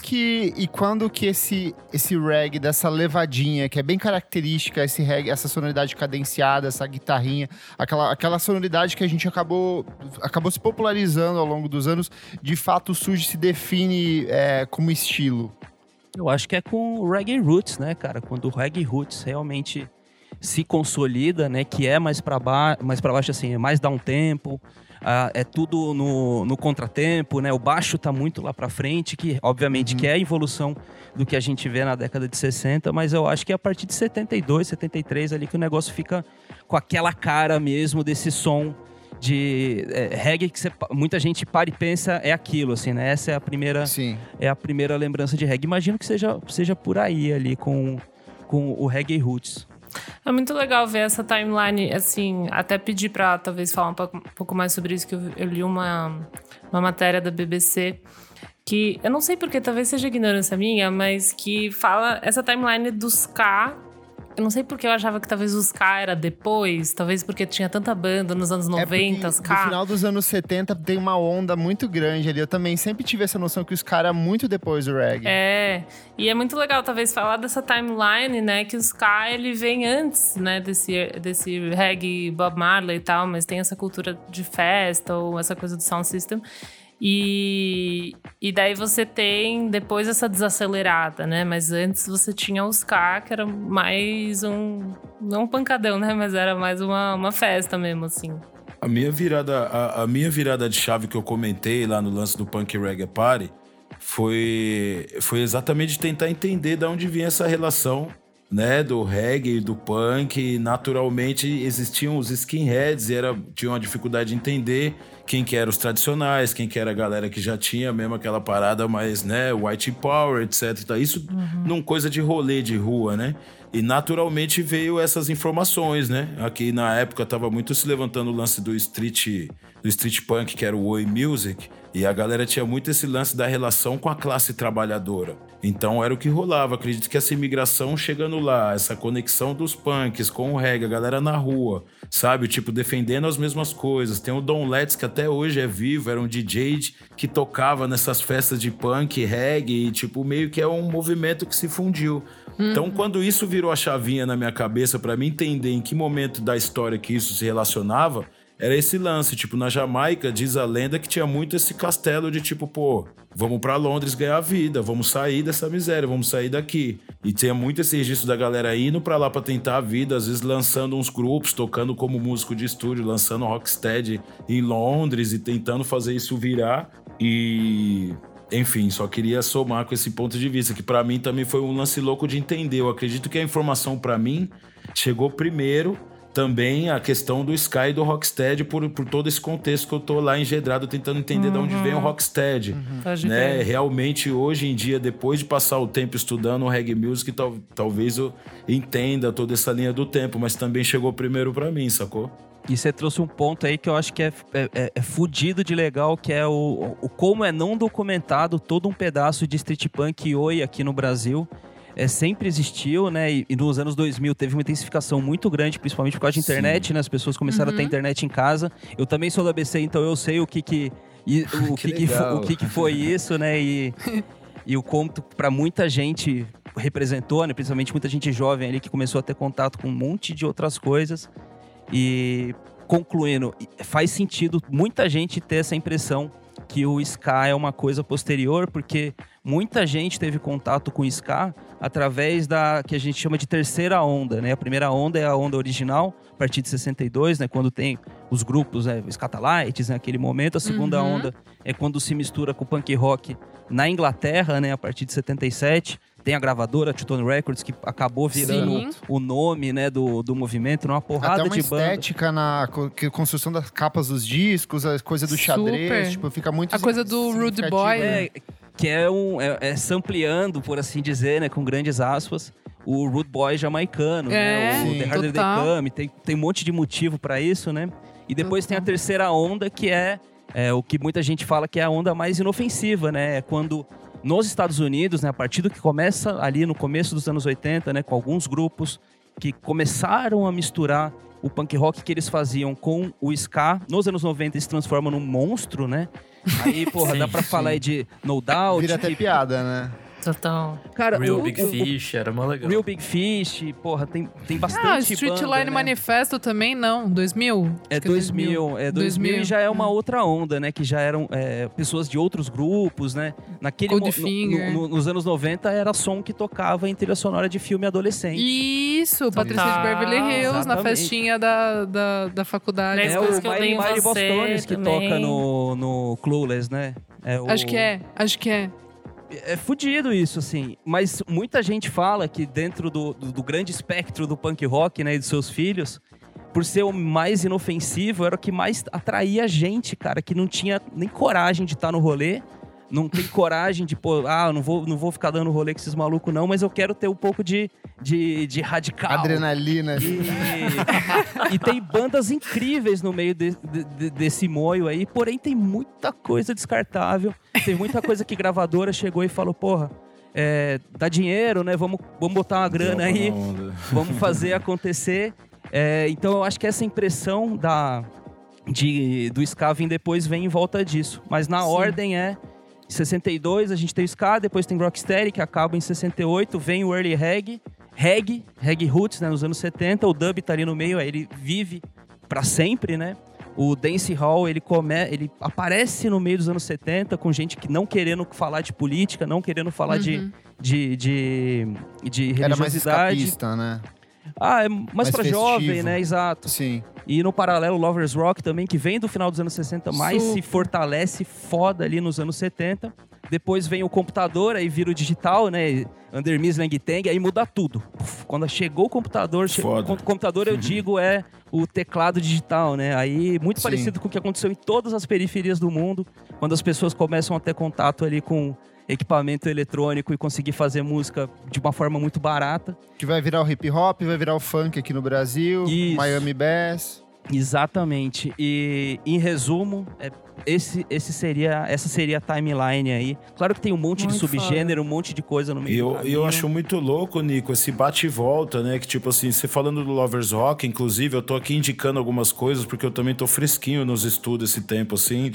E quando que esse reggae dessa levadinha, que é bem característica, esse reggae, essa sonoridade cadenciada, essa guitarrinha, aquela sonoridade que a gente acabou se popularizando ao longo dos anos, de fato surge, se define como estilo? Eu acho que é com o reggae roots, né, cara? Quando o reggae roots realmente se consolida, né, que é mais para baixo, assim, é mais down tempo, é tudo no contratempo, né, o baixo tá muito lá para frente, que obviamente que é a evolução do que a gente vê na década de 60, mas eu acho que é a partir de 72, 73 ali que o negócio fica com aquela cara mesmo desse som de reggae que muita gente para e pensa é aquilo, assim, né, essa é a primeira lembrança de reggae. Imagino que seja por aí ali com o reggae roots. É muito legal ver essa timeline, assim, até pedir pra talvez falar um pouco mais sobre isso, que eu li uma matéria da BBC, que eu não sei porque, talvez seja ignorância minha, mas que fala essa timeline dos ska. Eu não sei porque eu achava que talvez os ska era depois, talvez porque tinha tanta banda nos anos 90, ska. No final dos anos 70 tem uma onda muito grande ali. Eu também sempre tive essa noção que os ska era muito depois do reggae. E é muito legal talvez falar dessa timeline, né, que o ska ele vem antes, né, desse reggae Bob Marley e tal, mas tem essa cultura de festa ou essa coisa do sound system. E daí você tem depois essa desacelerada, né? Mas antes você tinha o ska, que era mais não um pancadão, né? Mas era mais uma festa mesmo, assim. A minha virada de chave que eu comentei lá no lance do Punk Reggae Party foi exatamente tentar entender de onde vinha essa relação, né, do reggae e do punk. Naturalmente existiam os skinheads e tinha uma dificuldade de entender quem que eram os tradicionais, quem que era a galera que já tinha mesmo aquela parada mais, né, white power, etc. Isso num coisa de rolê de rua, né? E naturalmente veio essas informações, né? Aqui na época tava muito se levantando o lance do street punk, que era o Oi Music, e a galera tinha muito esse lance da relação com a classe trabalhadora. Então era o que rolava. Acredito que essa imigração chegando lá, essa conexão dos punks com o reggae, a galera na rua, sabe? Tipo, defendendo as mesmas coisas. Tem o Don Letts, que até hoje é vivo, era um DJ que tocava nessas festas de punk, reggae, e tipo, meio que é um movimento que se fundiu. Então, quando isso virou a chavinha na minha cabeça pra mim entender em que momento da história que isso se relacionava, era esse lance. Tipo, na Jamaica, diz a lenda que tinha muito esse castelo de tipo, pô, vamos pra Londres ganhar vida, vamos sair dessa miséria, vamos sair daqui. E tinha muito esse registro da galera indo pra lá pra tentar a vida, às vezes lançando uns grupos, tocando como músico de estúdio, lançando Rocksteady em Londres e tentando fazer isso virar. E... enfim, só queria somar com esse ponto de vista, que pra mim também foi um lance louco de entender. Eu acredito que a informação pra mim chegou primeiro também a questão do ska e do rocksteady por todo esse contexto que eu tô lá engedrado tentando entender de onde vem o rocksteady. Pode Né? crer. Realmente, hoje em dia, depois de passar o tempo estudando o reggae music, talvez eu entenda toda essa linha do tempo, mas também chegou primeiro pra mim, sacou? E você trouxe um ponto aí que eu acho que é fudido de legal, que é o como é não documentado todo um pedaço de street punk e oi aqui no Brasil. Sempre existiu, né? E nos anos 2000 teve uma intensificação muito grande, principalmente por causa de internet, né? As pessoas começaram a ter internet em casa. Eu também sou do ABC, então eu sei o que foi isso, né? E o quanto para muita gente representou, né? Principalmente muita gente jovem ali que começou a ter contato com um monte de outras coisas. E concluindo, faz sentido muita gente ter essa impressão que o ska é uma coisa posterior, porque muita gente teve contato com o ska através da que a gente chama de terceira onda, né? A primeira onda é a onda original, a partir de 62, né? Quando tem os grupos, né? Scatalites, naquele momento. A segunda onda é quando se mistura com o punk rock na Inglaterra, né? A partir de 77. Tem a gravadora Two Tone Records, que acabou virando o nome, né, do movimento, numa porrada até uma de banda. estética na construção das capas dos discos, a coisa do xadrez, tipo, fica muito... A coisa do Rude Boy. Que é sampleando, por assim dizer, né, com grandes aspas, o Rude Boy jamaicano, né, o The Harder They Come, tem um monte de motivo pra isso, né? E depois tem a terceira onda, que é o que muita gente fala que é a onda mais inofensiva, né? É quando... Nos Estados Unidos, né, a partir do que começa ali no começo dos anos 80, né, com alguns grupos que começaram a misturar o punk rock que eles faziam com o ska. Nos anos 90 eles se transformam num monstro, né? Aí, porra, dá pra falar aí de No Doubt. Vira até piada, né? Total. Cara, Real Big Fish, era mó legal. Real Big Fish, porra, tem bastante Street banda, Line né? Manifesto também, não? 2000? É 2000. É 2000 e já é uma outra onda, né? Que já eram pessoas de outros grupos, né? Goldfinger. Nos anos 90 era som que tocava em trilha sonora de filme adolescente. Isso, Patrícia de Beverly Hills, na Exatamente. festinha da faculdade. Dez É coisas o que eu odeio em Miley Boss você Tones que também. toca no Clueless, né? Acho que é. É fudido isso, assim. Mas muita gente fala que dentro do grande espectro do punk rock, né, e dos seus filhos, por ser o mais inofensivo, era o que mais atraía a gente, cara, que não tinha nem coragem de estar no rolê, não tem coragem de, não vou ficar dando rolê com esses malucos, não, mas eu quero ter um pouco de radical. Adrenalina. E tem bandas incríveis no meio desse moio aí, porém tem muita coisa descartável. Tem muita coisa que gravadora chegou e falou, porra, dá dinheiro, né? Vamos botar uma grana aí, vamos fazer acontecer. Então eu acho que essa impressão do ska vir depois vem em volta disso. Mas na ordem em 62 a gente tem o ska, depois tem Rocksteady, que acaba em 68, vem o Early Reggae Roots, né, nos anos 70, o dub tá ali no meio, ele vive pra sempre, né? O dancehall, ele aparece no meio dos anos 70, com gente que não querendo falar de política, não querendo falar de religiosidade. Era mais escapista, né? É mais pra festivo. jovem, né? Exato. Sim. E no paralelo, Lovers Rock também, que vem do final dos anos 60, mas se fortalece foda ali nos anos 70. Depois vem o computador, aí vira o digital, né? Under Miss Lang Tang, aí muda tudo. Quando chegou o computador, computador eu digo o teclado digital, né? Aí muito parecido com o que aconteceu em todas as periferias do mundo, quando as pessoas começam a ter contato ali com equipamento eletrônico e conseguir fazer música de uma forma muito barata. Que vai virar o hip hop, vai virar o funk aqui no Brasil, Isso. Miami Bass. Exatamente. E em resumo, essa seria a timeline aí. Claro que tem um monte de subgênero, um monte de coisa no meio do caminho. Eu acho muito louco, Nico, esse bate e volta, né? Que tipo assim, você falando do Lovers Rock, inclusive, eu tô aqui indicando algumas coisas, porque eu também tô fresquinho nos estudos esse tempo, assim,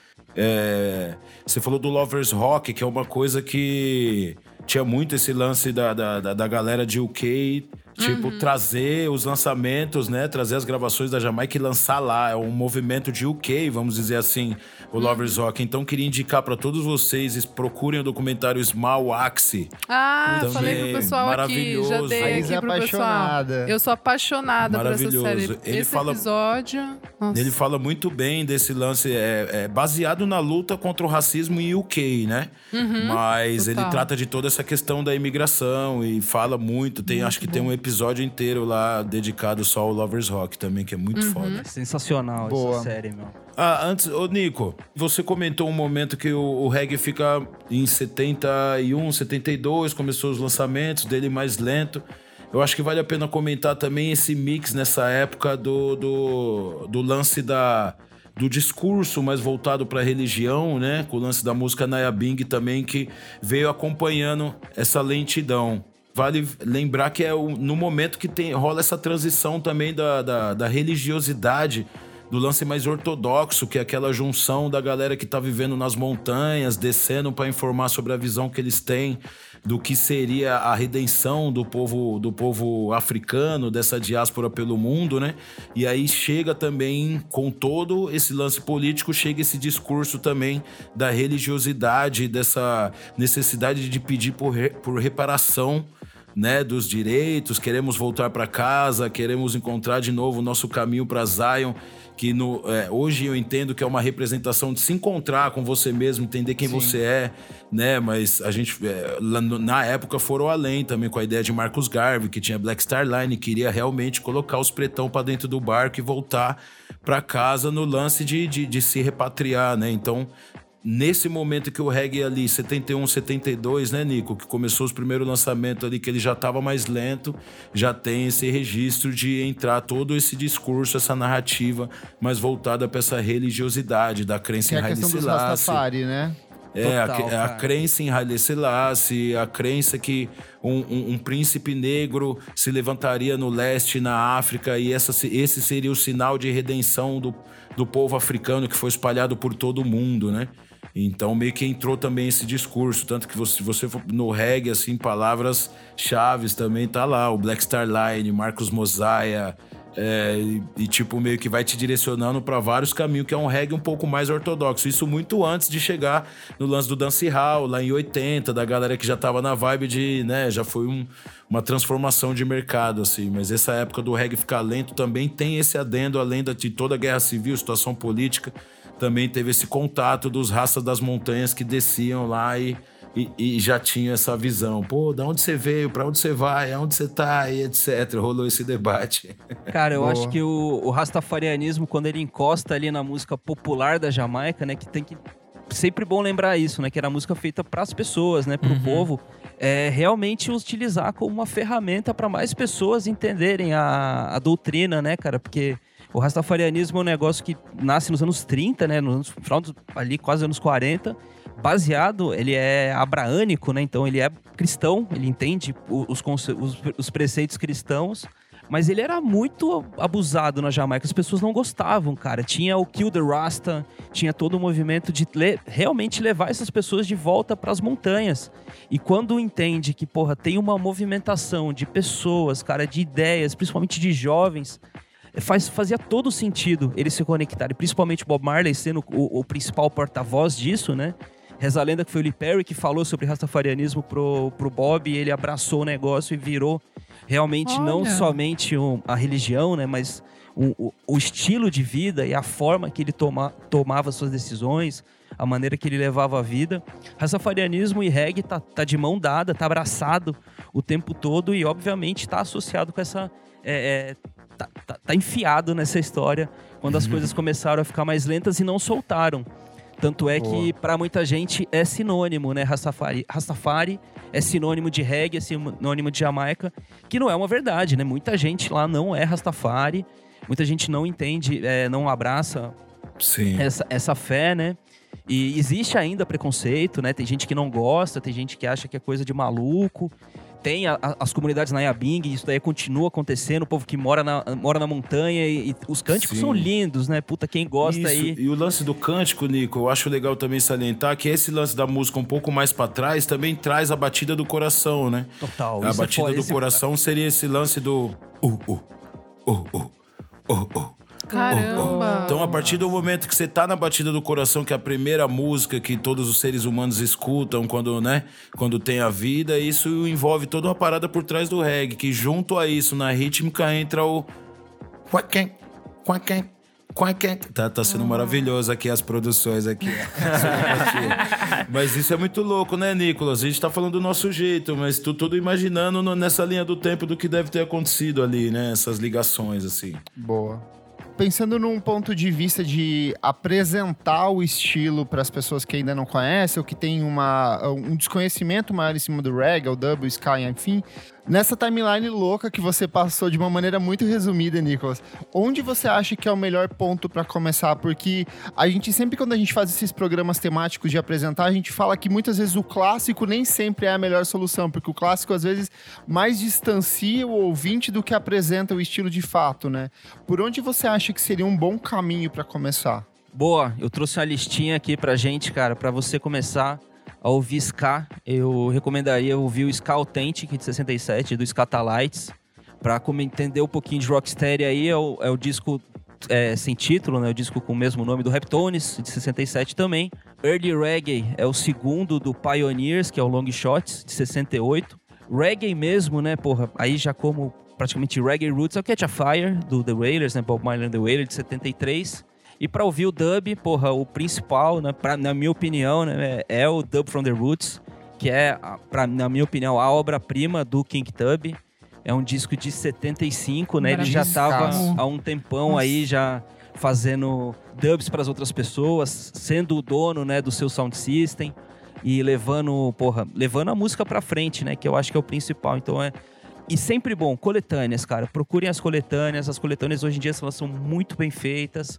você falou do Lovers Rock, que é uma coisa que tinha muito esse lance da galera de UK, tipo, trazer os lançamentos, né? Trazer as gravações da Jamaica e lançar lá. É um movimento de UK, vamos dizer assim. o Lovers Rock. Então, queria indicar para todos vocês, procurem o documentário Small Axe. Eu falei pro pessoal aqui, já dei aqui pro pessoal. Eu sou apaixonada por essa série. Esse episódio... Nossa. Ele fala muito bem desse lance, baseado na luta contra o racismo em UK, né? Mas ele trata de toda essa questão da imigração e fala muito. Acho que tem um episódio inteiro lá dedicado só ao Lovers Rock também, que é muito foda. Sensacional essa série, meu. Antes, Nico, você comentou um momento que o reggae fica em 71, 72, começou os lançamentos dele mais lento. Eu acho que vale a pena comentar também esse mix nessa época do lance do discurso mais voltado para a religião, né? Com o lance da música Nyabing também, que veio acompanhando essa lentidão. Vale lembrar que é no momento que rola essa transição também da religiosidade, do lance mais ortodoxo, que é aquela junção da galera que tá vivendo nas montanhas, descendo para informar sobre a visão que eles têm do que seria a redenção do povo africano, dessa diáspora pelo mundo, né? E aí chega também, com todo esse lance político, chega esse discurso também da religiosidade, dessa necessidade de pedir por reparação, né, dos direitos, queremos voltar para casa, queremos encontrar de novo o nosso caminho para Zion, que hoje eu entendo que é uma representação de se encontrar com você mesmo, entender quem você é, né, mas a gente, na época, foram além também com a ideia de Marcus Garvey, que tinha Black Star Line, queria realmente colocar os pretão para dentro do barco e voltar para casa no lance de se repatriar, né, então... Nesse momento que o reggae ali, 71, 72, né, Nico? Que começou os primeiros lançamentos ali, que ele já estava mais lento, já tem esse registro de entrar todo esse discurso, essa narrativa mais voltada para essa religiosidade da crença em Haile Selassie. Que é a questão dos Rastafari, né? A crença em Haile Selassie, a crença que um príncipe negro se levantaria no leste, na África, e esse seria o sinal de redenção do povo africano que foi espalhado por todo o mundo, né? Então, meio que entrou também esse discurso. Tanto que se você for no reggae, assim, palavras chaves também tá lá. O Black Star Line, Marcus Mosiah, tipo, meio que vai te direcionando para vários caminhos, que é um reggae um pouco mais ortodoxo. Isso muito antes de chegar no lance do dancehall, lá em 80, da galera que já tava na vibe de, né, já foi uma transformação de mercado, assim. Mas essa época do reggae ficar lento também tem esse adendo, além de toda a guerra civil, situação política. Também teve esse contato dos raças das montanhas que desciam lá e já tinham essa visão. Pô, da onde você veio, pra onde você vai, aonde você tá, e etc. Rolou esse debate. Cara, eu acho que o rastafarianismo, quando ele encosta ali na música popular da Jamaica, né, que tem que... Sempre bom lembrar isso, né, que era música feita pras pessoas, né, pro povo, realmente utilizar como uma ferramenta para mais pessoas entenderem a doutrina, né, cara, porque... O rastafarianismo é um negócio que nasce nos anos 30, né? No final ali, quase anos 40. Baseado, ele é abraânico, né? Então ele é cristão, ele entende os preceitos cristãos. Mas ele era muito abusado na Jamaica. As pessoas não gostavam, cara. Tinha o Kill the Rasta, tinha todo o movimento de realmente levar essas pessoas de volta para as montanhas. E quando entende que, porra, tem uma movimentação de pessoas, cara, de ideias, principalmente de jovens... Fazia todo sentido eles se conectarem, principalmente Bob Marley sendo o principal porta-voz disso, né? Reza a lenda que foi o Lee Perry que falou sobre rastafarianismo pro Bob, e ele abraçou o negócio e virou realmente não somente a religião, né? Mas o estilo de vida e a forma que ele tomava suas decisões, a maneira que ele levava a vida. Rastafarianismo e reggae tá de mão dada, tá abraçado o tempo todo e obviamente tá associado com essa... Tá enfiado nessa história quando as coisas começaram a ficar mais lentas e não soltaram. Tanto é que para muita gente é sinônimo, né? Rastafari é sinônimo de reggae, é sinônimo de Jamaica, que não é uma verdade, né? Muita gente lá não é Rastafari, muita gente não entende, não abraça essa fé, né? E existe ainda preconceito, né? Tem gente que não gosta, tem gente que acha que é coisa de maluco. Tem as comunidades Nyabing, isso daí continua acontecendo, o povo que mora na montanha e os cânticos são lindos, né? Puta, quem gosta isso. Aí... E o lance do cântico, Nico, eu acho legal também salientar que esse lance da música um pouco mais pra trás também traz a batida do coração, né? Total. A batida do coração seria esse lance do... Caramba! Então, a partir do momento que você tá na batida do coração, que é a primeira música que todos os seres humanos escutam quando, né, quando tem a vida, isso envolve toda uma parada por trás do reggae, que junto a isso, na rítmica, entra o... Tá sendo maravilhoso aqui as produções aqui. Mas isso é muito louco, né, Nicolas? A gente tá falando do nosso jeito, mas tudo imaginando nessa linha do tempo do que deve ter acontecido ali, né? Essas ligações, assim. Boa. Pensando num ponto de vista de apresentar o estilo para as pessoas que ainda não conhecem ou que tem um desconhecimento maior em cima do reggae, o dub, o ska, enfim, nessa timeline louca que você passou de uma maneira muito resumida, Nicolas, onde você acha que é o melhor ponto para começar? Porque a gente sempre, quando a gente faz esses programas temáticos de apresentar, a gente fala que muitas vezes o clássico nem sempre é a melhor solução, porque o clássico às vezes mais distancia o ouvinte do que apresenta o estilo de fato, né? Por onde você acha que seria um bom caminho para começar? Boa, eu trouxe uma listinha aqui pra gente, cara, pra você começar a ouvir ska. Eu recomendaria ouvir o Ska Authentic de 67, do Skatalites, pra entender um pouquinho de Rocksteady aí. É o disco sem título, né? O disco com o mesmo nome do Reptones, de 67 também. Early Reggae é o segundo do Pioneers, que é o Long Shots, de 68. Reggae mesmo, né, porra, aí já como praticamente Reggae Roots, é o Catch a Fire, do The Wailers, né, Bob Marley and The Wailers, de 73. E pra ouvir o dub, porra, o principal, né, na minha opinião, né, é o Dub from the Roots, que é, na minha opinião, a obra-prima do King Tub. É um disco de 75, né, ele já tava há um tempão aí já fazendo dubs pras outras pessoas, sendo o dono, né, do seu sound system e levando a música pra frente, né, que eu acho que é o principal. Então E sempre bom, coletâneas, cara. Procurem as coletâneas. As coletâneas hoje em dia elas são muito bem feitas.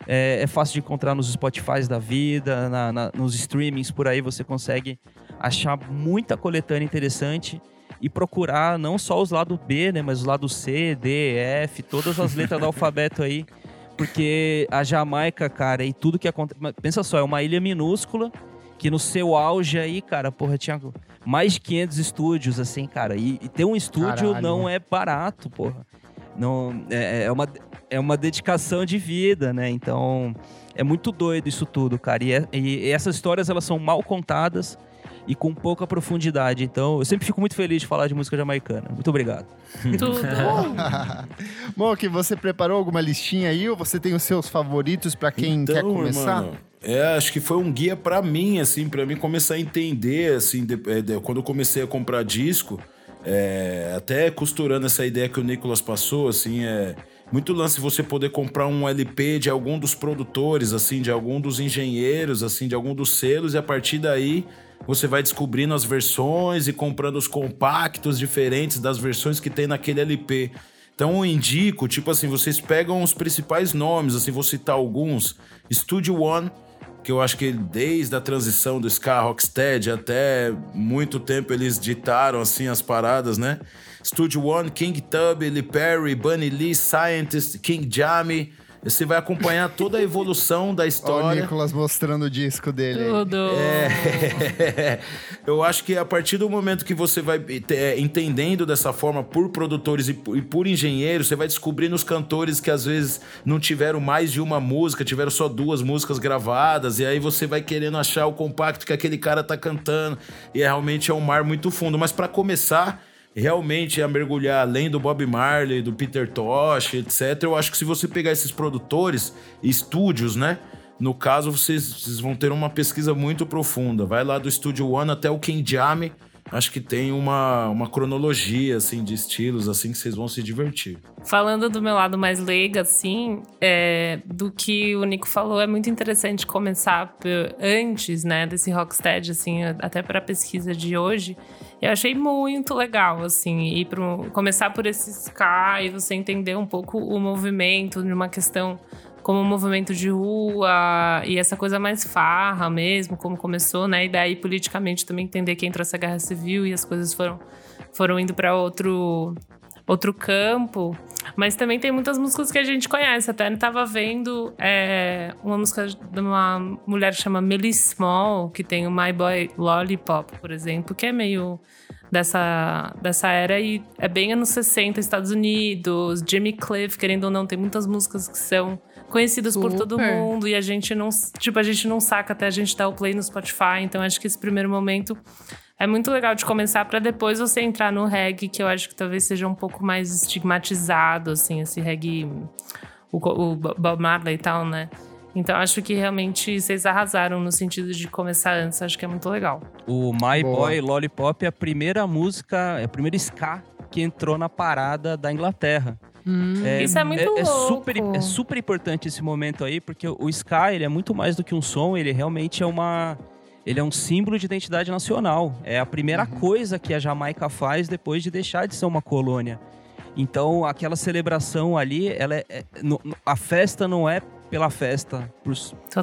É fácil de encontrar nos Spotifys da vida, nos streamings por aí. Você consegue achar muita coletânea interessante e procurar não só os lados B, né? Mas os lados C, D, F, todas as letras do alfabeto aí. Porque a Jamaica, cara, e tudo que acontece... Pensa só, é uma ilha minúscula que no seu auge aí, cara, porra, tinha mais de 500 estúdios, assim, cara. E ter um estúdio não é barato, porra. Não, é uma dedicação de vida, né? Então, é muito doido isso tudo, cara. E essas histórias, elas são mal contadas e com pouca profundidade. Então, eu sempre fico muito feliz de falar de música jamaicana. Muito obrigado. Tudo. Moki, você preparou alguma listinha aí ou você tem os seus favoritos pra quem quer começar? Mano, acho que foi um guia pra mim, assim, pra mim começar a entender, assim, quando eu comecei a comprar disco, até costurando essa ideia que o Nicolas passou, assim, muito lance você poder comprar um LP de algum dos produtores, assim, de algum dos engenheiros, assim, de algum dos selos, e a partir daí você vai descobrindo as versões e comprando os compactos diferentes das versões que tem naquele LP. Então eu indico, tipo assim, vocês pegam os principais nomes, assim, vou citar alguns. Studio One, que eu acho que desde a transição do ska rocksteady até muito tempo eles ditaram, assim, as paradas, né? Studio One, King Tub, Lee Perry, Bunny Lee, Scientist, King Jammy. Você vai acompanhar toda a evolução da história. Olha o Nicolas mostrando o disco dele. Tudo. Eu acho que a partir do momento que você vai entendendo dessa forma por produtores e por engenheiros, você vai descobrindo os cantores que às vezes não tiveram mais de uma música, tiveram só 2 músicas gravadas, e aí você vai querendo achar o compacto que aquele cara tá cantando, e realmente é um mar muito fundo. Mas para começar realmente a mergulhar além do Bob Marley, do Peter Tosh, etc. Eu acho que se você pegar esses produtores, estúdios, né? No caso, vocês vão ter uma pesquisa muito profunda. Vai lá do Studio One até o King Jammy. Acho que tem uma cronologia, assim, de estilos, assim, que vocês vão se divertir. Falando do meu lado mais leiga, assim, do que o Nico falou, é muito interessante começar antes, né, desse rocksteady, assim, até para a pesquisa de hoje. Eu achei muito legal, assim, começar por esse ska e você entender um pouco o movimento de uma questão como um movimento de rua e essa coisa mais farra mesmo, como começou, né? E daí, politicamente, também entender que entrou essa guerra civil e as coisas foram indo para outro campo. Mas também tem muitas músicas que a gente conhece. Até eu tava vendo uma música de uma mulher que chama Melly Small, que tem o My Boy Lollipop, por exemplo, que é meio dessa era, e é bem anos 60, Estados Unidos, Jimmy Cliff, querendo ou não, tem muitas músicas que são conhecidas por todo mundo, e a gente não saca até a gente dar o play no Spotify. Então acho que esse primeiro momento é muito legal de começar, pra depois você entrar no reggae, que eu acho que talvez seja um pouco mais estigmatizado, assim, esse reggae, o Bob Marley e tal, né? Então acho que realmente vocês arrasaram no sentido de começar antes, acho que é muito legal. O My Boy Lollipop é a primeira música, é a primeira ska que entrou na parada da Inglaterra. Isso é muito louco. É super importante esse momento aí, porque o ska, ele é muito mais do que um som, ele realmente ele é um símbolo de identidade nacional. É a primeira coisa que a Jamaica faz depois de deixar de ser uma colônia. Então, aquela celebração ali, a festa não é pela festa por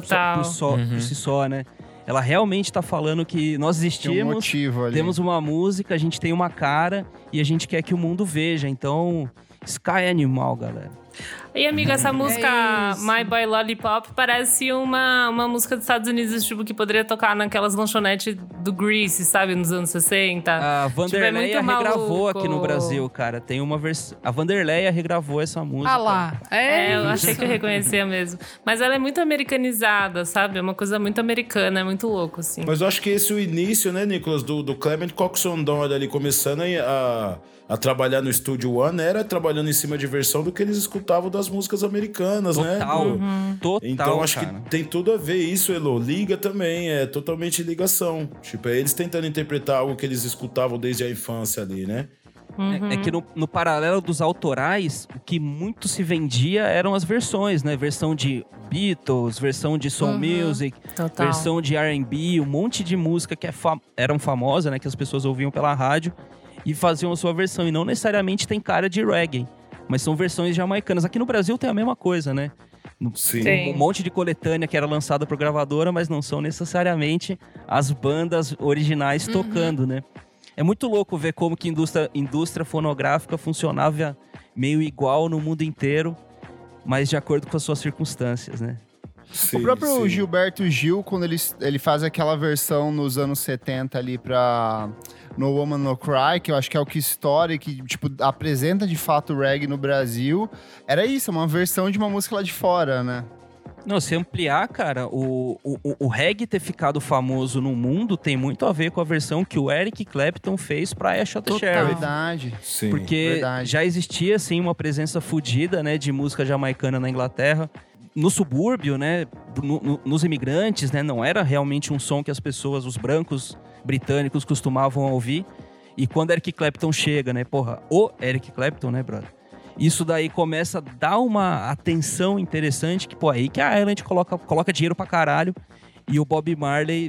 si só, né? Ela realmente tá falando que nós existimos, tem um motivo ali. Temos uma música, a gente tem uma cara e a gente quer que o mundo veja. Então, ska é animal, galera. E, amiga, essa música My Boy Lollipop parece uma música dos Estados Unidos, tipo, que poderia tocar naquelas lanchonetes do Grease, sabe? Nos anos 60. A Vanderleia regravou aqui no Brasil, cara. Tem uma versão... A Vanderleia regravou essa música. Ah lá. Eu achei que eu reconhecia mesmo. Mas ela é muito americanizada, sabe? É uma coisa muito americana, é muito louco, assim. Mas eu acho que esse é o início, né, Nicolas, do Clement Coxon Doyle ali, começando a trabalhar no Studio One, era trabalhando em cima de versão do que eles escutavam das músicas americanas, né? Total, então acho cara. que tem tudo a ver isso, Elo. Liga também, é totalmente ligação. Tipo, é eles tentando interpretar algo que eles escutavam desde a infância ali, né? É que no paralelo dos autorais, o que muito se vendia eram as versões, né? Versão de Beatles, versão de Soul Music, versão de R&B, um monte de música que eram famosas, né? Que as pessoas ouviam pela rádio e faziam a sua versão. E não necessariamente tem cara de reggae, mas são versões jamaicanas. Aqui no Brasil tem a mesma coisa, né? Sim. Um monte de coletânea que era lançada por gravadora, mas não são necessariamente as bandas originais tocando, né? É muito louco ver como que indústria fonográfica funcionava meio igual no mundo inteiro, mas de acordo com as suas circunstâncias, né? Sim, o próprio Gilberto Gil, quando ele faz aquela versão nos anos 70 ali pra No Woman No Cry, que eu acho que é o que estoura e que, tipo, apresenta de fato o reggae no Brasil, era isso, uma versão de uma música lá de fora, né? Não, se ampliar, cara, o reggae ter ficado famoso no mundo tem muito a ver com a versão que o Eric Clapton fez pra Ash of the Sheriff. Verdade. Sim. Porque já existia, assim, uma presença fodida, né, de música jamaicana na Inglaterra. No subúrbio, né, nos imigrantes, né, não era realmente um som que as pessoas, os brancos britânicos costumavam ouvir. E quando Eric Clapton chega, né, o Eric Clapton, né, brother? Isso daí começa a dar uma atenção interessante, que, aí que a Island coloca dinheiro pra caralho e o Bob Marley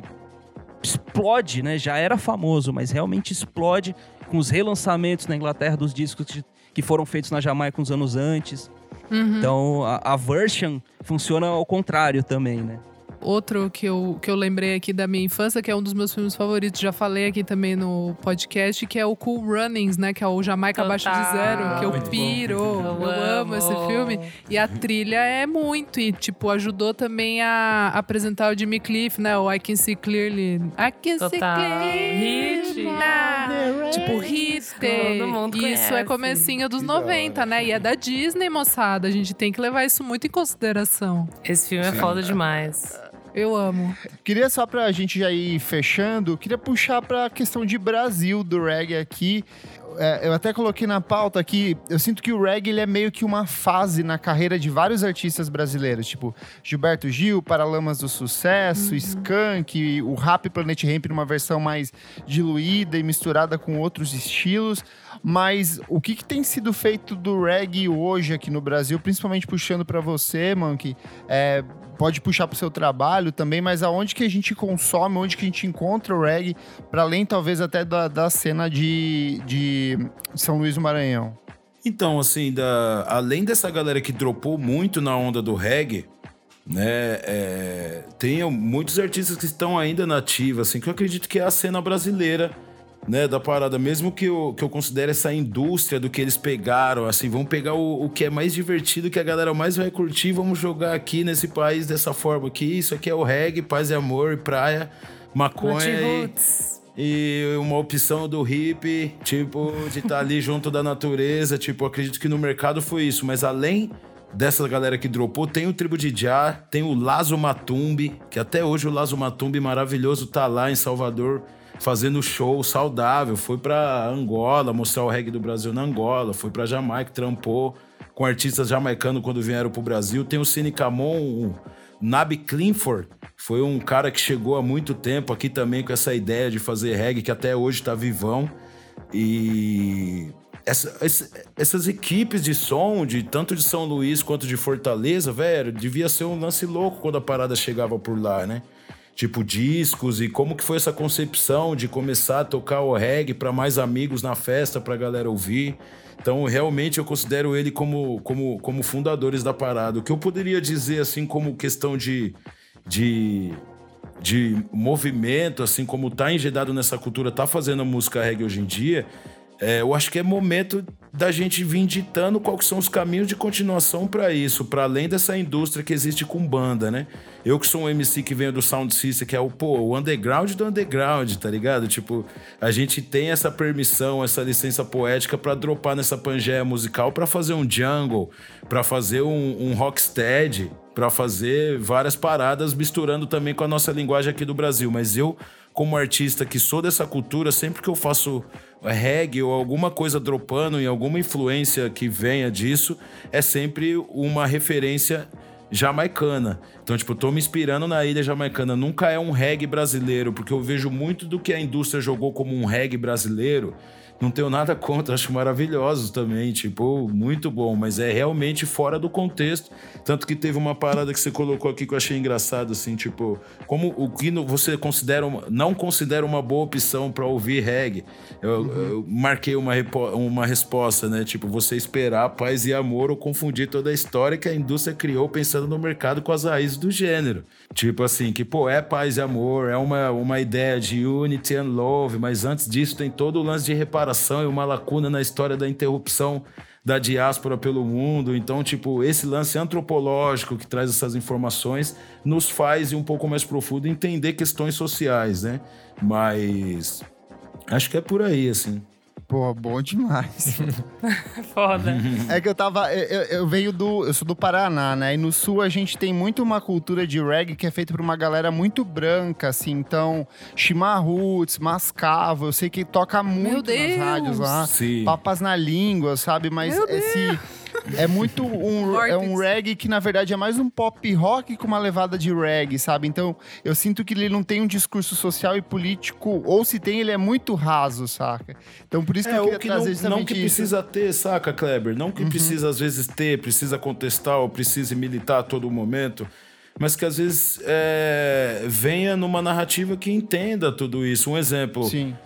explode, né? Já era famoso, mas realmente explode com os relançamentos na Inglaterra dos discos que foram feitos na Jamaica uns anos antes. Então, a version funciona ao contrário também, né? Outro que eu lembrei aqui da minha infância, que é um dos meus filmes favoritos, já falei aqui também no podcast, que é o Cool Runnings, né? Que é o Jamaica Abaixo de Zero, que eu piro. Eu amo esse filme. E a trilha é muito, e tipo, ajudou também a apresentar o Jimmy Cliff, né? O I Can See Clearly. I Can See Clearly. Tipo, hit. Todo mundo Isso conhece. é comecinho dos 90, né? E é da Disney, moçada. A gente tem que levar isso muito em consideração. Esse filme é foda demais. Eu amo. Queria só pra gente já ir fechando, queria puxar pra questão de Brasil do reggae aqui. Eu até coloquei na pauta aqui, eu sinto que o reggae ele é meio que uma fase na carreira de vários artistas brasileiros, tipo Gilberto Gil, Paralamas do Sucesso, Skank, o Rap Planet Hemp numa versão mais diluída e misturada com outros estilos. Mas o que tem sido feito do reggae hoje aqui no Brasil, principalmente puxando pra você, Monkey, pode puxar pro seu trabalho também, mas aonde que a gente consome, onde que a gente encontra o reggae, para além talvez até da cena de São Luís do Maranhão? Então, assim, além dessa galera que dropou muito na onda do reggae, né, tem muitos artistas que estão ainda na ativa, assim, que eu acredito que é a cena brasileira, né, da parada, mesmo que eu considere essa indústria do que eles pegaram, assim, vamos pegar o que é mais divertido, que a galera mais vai curtir, vamos jogar aqui nesse país dessa forma aqui, isso aqui é o reggae, paz e amor e praia, maconha e uma opção do hippie, tipo, de estar ali junto da natureza. Tipo, acredito que no mercado foi isso. Mas além dessa galera que dropou, tem o Tribo de Jah, tem o Lazo Matumbi, que até hoje o Lazo Matumbi maravilhoso tá lá em Salvador fazendo show saudável. Foi pra Angola, mostrar o reggae do Brasil na Angola, foi pra Jamaica, trampou com artistas jamaicanos quando vieram pro Brasil. Tem o Cine Camon, o Nabi Clifford, foi um cara que chegou há muito tempo aqui também com essa ideia de fazer reggae, que até hoje tá vivão. E essas equipes de som, tanto de São Luís quanto de Fortaleza, velho, devia ser um lance louco quando a parada chegava por lá, né? Tipo, discos, e como que foi essa concepção de começar a tocar o reggae para mais amigos na festa, pra galera ouvir. Então, realmente, eu considero ele como fundadores da parada. O que eu poderia dizer, assim, como questão de movimento, assim, como tá enjedado nessa cultura, tá fazendo a música reggae hoje em dia, eu acho que é momento da gente vir ditando quais que são os caminhos de continuação para isso, para além dessa indústria que existe com banda, né? Eu que sou um MC que venho do Sound System, que é o underground do underground, tá ligado? Tipo, a gente tem essa permissão, essa licença poética para dropar nessa pangeia musical, para fazer um jungle, para fazer um rocksteady, para fazer várias paradas misturando também com a nossa linguagem aqui do Brasil. Mas eu, como artista que sou dessa cultura, sempre que eu faço reggae ou alguma coisa dropando em alguma influência que venha disso, é sempre uma referência jamaicana. Então, tipo, eu tô me inspirando na ilha jamaicana. Nunca é um reggae brasileiro, porque eu vejo muito do que a indústria jogou como um reggae brasileiro. Não tenho nada contra, acho maravilhosos também, tipo, muito bom, mas é realmente fora do contexto. Tanto que teve uma parada que você colocou aqui que eu achei engraçado, assim, tipo, como o que você não considera uma boa opção para ouvir reggae. Eu marquei uma resposta, né? Tipo, você esperar paz e amor ou confundir toda a história que a indústria criou pensando no mercado com as raízes do gênero. Tipo assim, que, pô, é paz e amor, é uma ideia de unity and love, mas antes disso tem todo o lance de reparação e uma lacuna na história da interrupção da diáspora pelo mundo. Então, tipo, esse lance antropológico que traz essas informações nos faz ir um pouco mais profundo entender questões sociais, né? Mas acho que é por aí, assim. Pô, bom demais. Foda. É que eu sou do Paraná, né? E no Sul a gente tem muito uma cultura de reggae que é feita por uma galera muito branca, assim. Então, Chimarruts, Mascavo, eu sei que toca muito nas rádios lá. Sim. Papas na língua, sabe? Mas é muito um reggae que, na verdade, é mais um pop rock com uma levada de reggae, sabe? Então, eu sinto que ele não tem um discurso social e político, ou se tem, ele é muito raso, saca? Então, por isso que eu queria trazer justamente não que precisa ter, saca, Kleber? Não que precisa, às vezes, precisa contestar ou precisa militar a todo momento, mas que, às vezes, venha numa narrativa que entenda tudo isso. Um exemplo... Sim.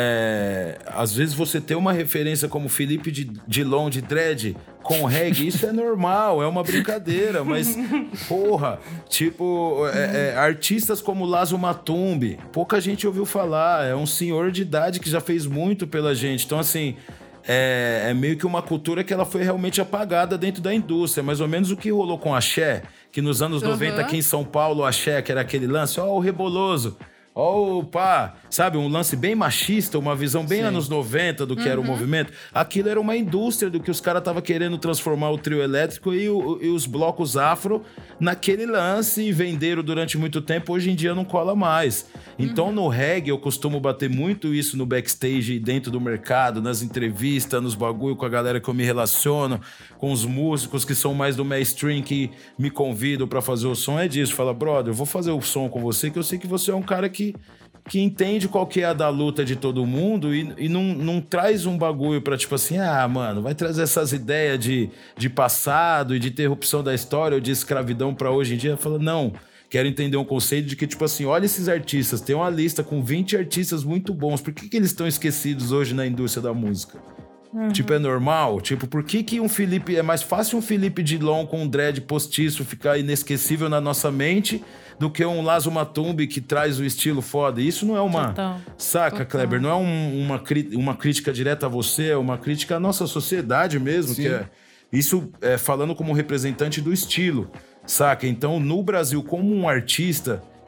Às vezes você ter uma referência como Felipe Dilon de Dread com reggae, isso é normal, é uma brincadeira, mas porra, tipo, artistas como Lazo Matumbi, pouca gente ouviu falar, é um senhor de idade que já fez muito pela gente, então assim, é meio que uma cultura que ela foi realmente apagada dentro da indústria, mais ou menos o que rolou com Axé, que nos anos 90 aqui em São Paulo, o Axé, que era aquele lance, o Reboloso, pá, sabe, um lance bem machista, uma visão bem anos 90 do que era o movimento. Aquilo era uma indústria do que os caras estavam querendo transformar o trio elétrico e os blocos afro naquele lance e venderam durante muito tempo. Hoje em dia não cola mais. Então no reggae eu costumo bater muito isso no backstage, dentro do mercado, nas entrevistas, nos bagulho com a galera que eu me relaciono, com os músicos que são mais do mainstream que me convidam pra fazer o som. É disso, fala, brother, eu vou fazer o som com você, que eu sei que você é um cara que entende qual que é a da luta de todo mundo e não traz um bagulho pra, tipo assim, mano, vai trazer essas ideias de passado e de interrupção da história ou de escravidão pra hoje em dia. Fala, não, quero entender um conceito de que, tipo assim, olha esses artistas, tem uma lista com 20 artistas muito bons, por que eles estão esquecidos hoje na indústria da música? Tipo, é normal? Tipo, por que um Felipe... É mais fácil um Felipe Dilon com um dread postiço ficar inesquecível na nossa mente do que um Lazo Matumbi que traz o estilo foda. Isso não é uma... Total. Saca, Kleber? Não é uma crítica direta a você, é uma crítica à nossa sociedade mesmo. Sim. Que é isso falando como representante do estilo, saca? Então, no Brasil, como um artista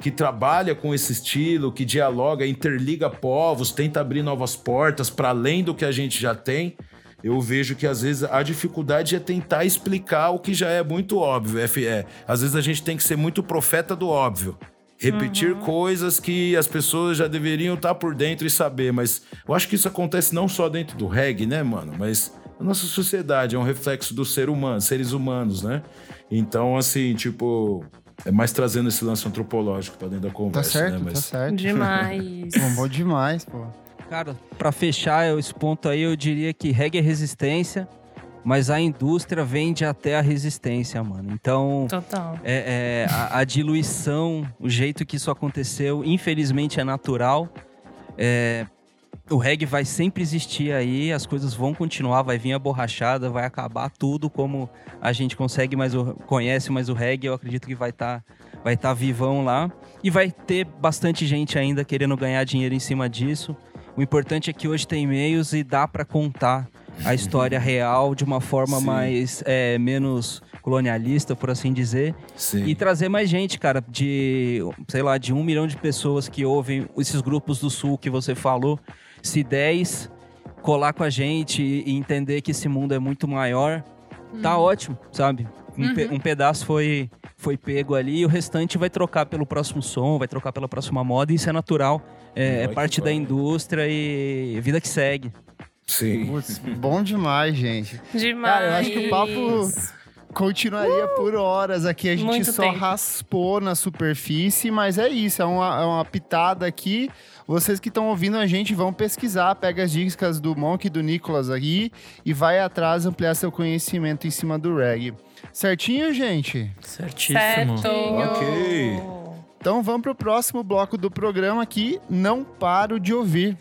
que trabalha com esse estilo, que dialoga, interliga povos, tenta abrir novas portas para além do que a gente já tem, eu vejo que às vezes a dificuldade é tentar explicar o que já é muito óbvio. Às vezes a gente tem que ser muito profeta do óbvio. Repetir coisas que as pessoas já deveriam estar por dentro e saber. Mas eu acho que isso acontece não só dentro do reggae, né, mano? Mas a nossa sociedade é um reflexo do ser humano, seres humanos, né? Então, assim, tipo... É mais trazendo esse lance antropológico pra dentro da conversa, Tá certo, né? tá certo. Demais. Bom demais, pô. Cara, pra fechar esse ponto aí, eu diria que reggae é resistência, mas a indústria vende até a resistência, mano. Então, Total. a diluição, o jeito que isso aconteceu, infelizmente é natural. O reggae vai sempre existir aí, as coisas vão continuar, vai vir a borrachada, vai acabar tudo como a gente conhece, mas o reggae eu acredito que vai tá vivão lá. E vai ter bastante gente ainda querendo ganhar dinheiro em cima disso. O importante é que hoje tem meios e dá pra contar a história real de uma forma menos colonialista, por assim dizer. Sim. E trazer mais gente, cara, de 1 milhão de pessoas que ouvem esses grupos do Sul que você falou. Se 10 colar com a gente e entender que esse mundo é muito maior, tá ótimo, sabe? Um pedaço foi pego ali e o restante vai trocar pelo próximo som, vai trocar pela próxima moda, e isso é natural. É parte da indústria e vida que segue. Sim. Putz, bom demais, gente. Demais. Cara, eu acho que o papo continuaria por horas aqui. A gente Muito só tempo. raspou na superfície, mas é isso. É uma pitada aqui. Vocês que estão ouvindo a gente vão pesquisar, pega as dicas do Monk e do Nicolas aqui e vai atrás ampliar seu conhecimento em cima do reggae. Certinho, gente? Certíssimo. Certo. Ok. Então vamos pro próximo bloco do programa aqui, Não Paro de Ouvir.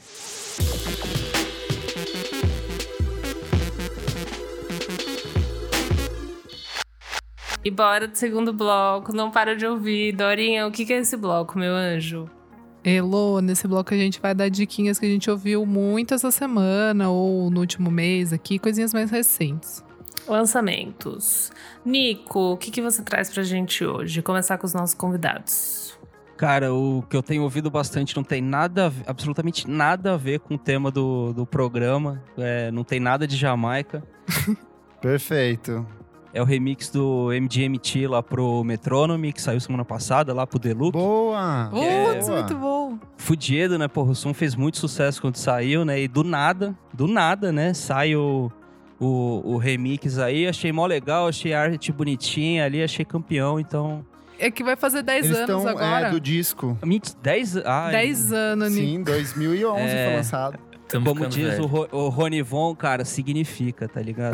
E bora do segundo bloco. Não para de ouvir. Dorinha, o que é esse bloco, meu anjo? Elô, nesse bloco a gente vai dar diquinhas que a gente ouviu muito essa semana ou no último mês aqui, coisinhas mais recentes. Lançamentos. Nico, o que você traz pra gente hoje? Começar com os nossos convidados. Cara, o que eu tenho ouvido bastante não tem absolutamente nada a ver com o tema do programa. Não tem nada de Jamaica. Perfeito. É o remix do MGMT lá pro Metronome, que saiu semana passada, lá pro Deluxe. Boa! Putz, Boa. muito bom. Fudido, né? Porra, o som fez muito sucesso quando saiu, né? E do nada, né? Sai o remix aí. Achei mó legal, achei a arte bonitinha ali, achei campeão, então... É que vai fazer 10 Eles anos estão agora. do disco. 10 10 anos, Nico. Sim, 2011 foi lançado. Tamo Como ficando diz velho. o Rony Von, cara, significa, tá ligado?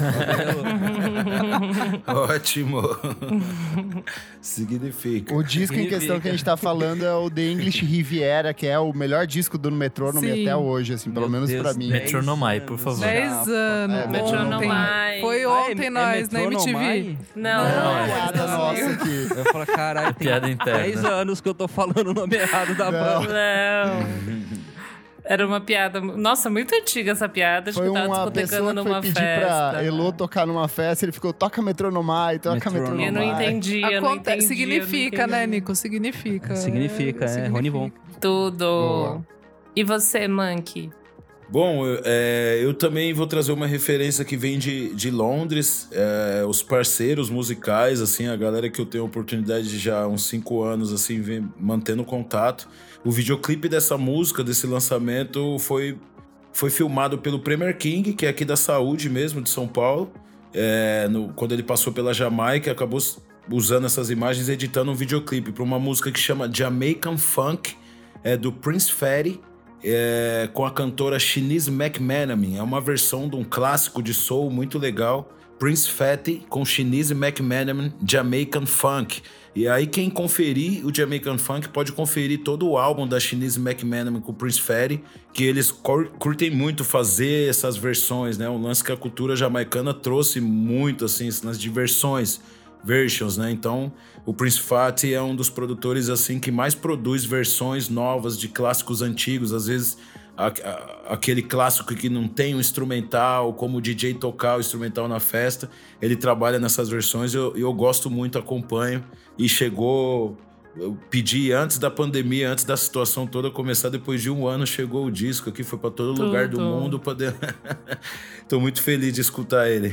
Ótimo. Significa. O disco em questão que a gente tá falando é o The English Riviera, que é o melhor disco do Metronome Sim. até hoje, assim, pelo Meu menos Deus, pra mim. 10 Metronomai, por anos. favor. 10 anos. É, Metronomai. Foi ontem nós, na MTV. Não, Não, é. Piada nossa aqui. Eu falo, caralho, tem Piada interna. 10 anos que eu tô falando o nome errado da Não. banda. Não. Era uma piada... Nossa, muito antiga essa piada. Acho Foi que eu tava uma discotecando pessoa que foi numa pedir festa. pra Elô tocar numa festa, ele ficou, toca Metronomai, toca Metronomai. Eu não Metronomai. entendi, eu não entendi. Significa, eu não né, entendi. Nico? Significa. Significa, Rony Von. Tudo. Boa. E você, Monkey? Bom, eu também vou trazer uma referência que vem de Londres. Os parceiros musicais, assim, a galera que eu tenho a oportunidade de já há uns 5 anos, assim, vem mantendo contato. O videoclipe dessa música, desse lançamento, foi filmado pelo Premier King, que é aqui da Saúde mesmo, de São Paulo. Quando ele passou pela Jamaica, acabou usando essas imagens e editando um videoclipe para uma música que chama Jamaican Funk, do Prince Fatty, com a cantora Shanice McManaman. É uma versão de um clássico de soul muito legal. Prince Fatty com Shanice McManaman, Jamaican Funk. E aí quem conferir o Jamaican Funk pode conferir todo o álbum da Shanice McManaman com o Prince Fatty, que eles curtem muito fazer essas versões, né? Um lance que a cultura jamaicana trouxe muito, assim, nas diversões, versions, né? Então, o Prince Fatty é um dos produtores, assim, que mais produz versões novas de clássicos antigos, às vezes... aquele clássico que não tem um instrumental, como o DJ tocar o instrumental na festa, ele trabalha nessas versões e eu gosto muito, acompanho. E chegou Eu pedi antes da pandemia, antes da situação toda começar, depois de 1 ano chegou o disco aqui, foi pra todo lugar do mundo. Tô muito feliz de escutar ele.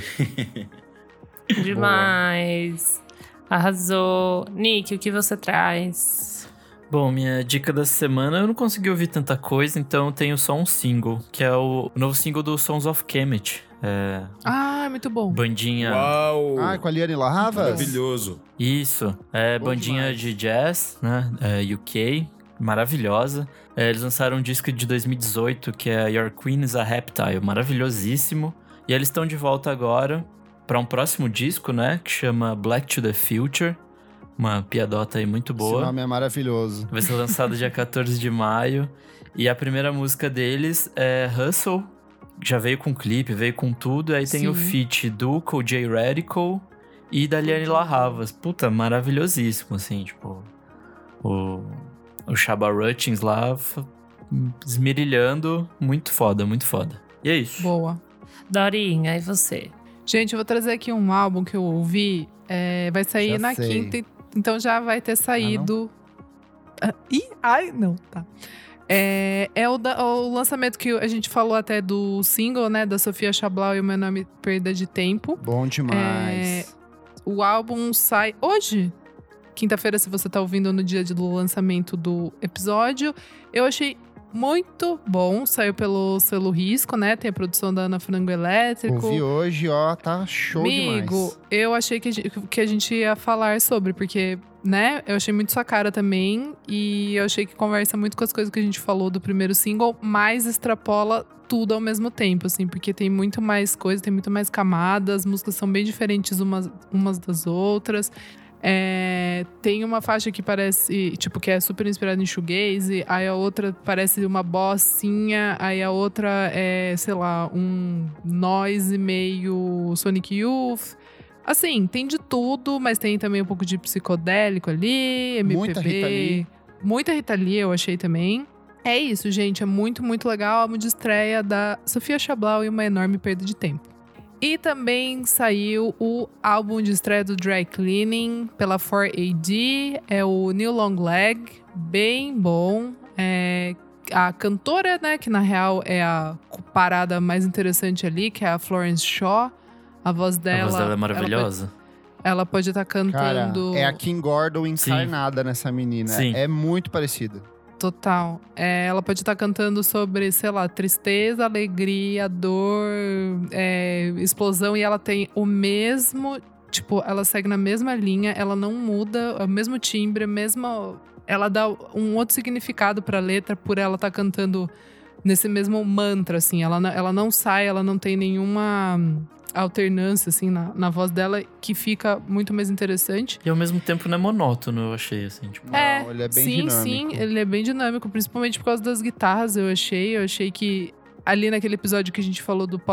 Demais. Arrasou. Nick, o que você traz? Bom, minha dica da semana, eu não consegui ouvir tanta coisa, então eu tenho só um single, que é o novo single do Sons of Kemet. Muito bom. Bandinha... Uau! Com a Liane La Havas? Maravilhoso. Isso, Bom bandinha demais. de jazz, né, UK, maravilhosa. Eles lançaram um disco de 2018, que é Your Queen is a Reptile, maravilhosíssimo. E eles estão de volta agora para um próximo disco, né, que chama Black to the Future. Uma piadota aí muito boa. Esse nome é maravilhoso. Vai ser lançado dia 14 de maio. E a primeira música deles é Hustle. Já veio com clipe, veio com tudo. Aí tem Sim. o feat do J Radical e da Liane La Havas. Puta, maravilhosíssimo, assim, tipo... O Shabba Rutchins lá, esmerilhando. Muito foda, muito foda. E é isso. Boa. Dorinha, e você? Gente, eu vou trazer aqui um álbum que eu ouvi. Vai sair Já na sei. quinta, então já vai ter saído. Não, tá. O lançamento que a gente falou até do single, né? Da Sofia Chablau e o Meu Nome Perda de Tempo. Bom demais. O álbum sai hoje, quinta-feira, se você tá ouvindo no dia do lançamento do episódio. Eu achei muito bom, saiu pelo selo Risco, né? Tem a produção da Ana Frango Elétrico. Ouvi hoje, ó, tá show Amigo, demais. eu achei que a gente ia falar sobre, porque, né, eu achei muito sua cara também, e eu achei que conversa muito com as coisas que a gente falou do primeiro single, mas extrapola tudo ao mesmo tempo, assim, porque tem muito mais coisa, tem muito mais camadas, as músicas são bem diferentes umas das outras. Tem uma faixa que parece, tipo, que é super inspirada em shoegaze, aí a outra parece uma bossinha, aí a outra é, sei lá, um noise meio Sonic Youth. Assim, tem de tudo, mas tem também um pouco de psicodélico ali, MPB. Muita Rita Lee. Muita Rita Lee, eu achei também. É isso, gente, é muito, muito legal. Álbum de estreia da Sofia Chablau e Uma Enorme Perda de Tempo. E também saiu o álbum de estreia do Dry Cleaning pela 4AD. É o New Long Leg, bem bom. A cantora, né, que na real é a parada mais interessante ali, que é a Florence Shaw. A voz dela é maravilhosa. Ela pode estar Cara, cantando... é a Kim Gordon encarnada nessa menina. Sim. É muito parecida. Total. Ela pode estar cantando sobre, sei lá, tristeza, alegria, dor, explosão. E ela tem o mesmo... Tipo, ela segue na mesma linha. Ela não muda, o mesmo timbre, ela dá um outro significado pra letra por ela estar cantando nesse mesmo mantra, assim. Ela não sai, ela não tem nenhuma alternância, assim, na voz dela, que fica muito mais interessante. E ao mesmo tempo não é monótono, eu achei, assim, tipo... Não, ele é bem dinâmico. Sim, ele é bem dinâmico, principalmente por causa das guitarras, eu achei que ali naquele episódio que a gente falou do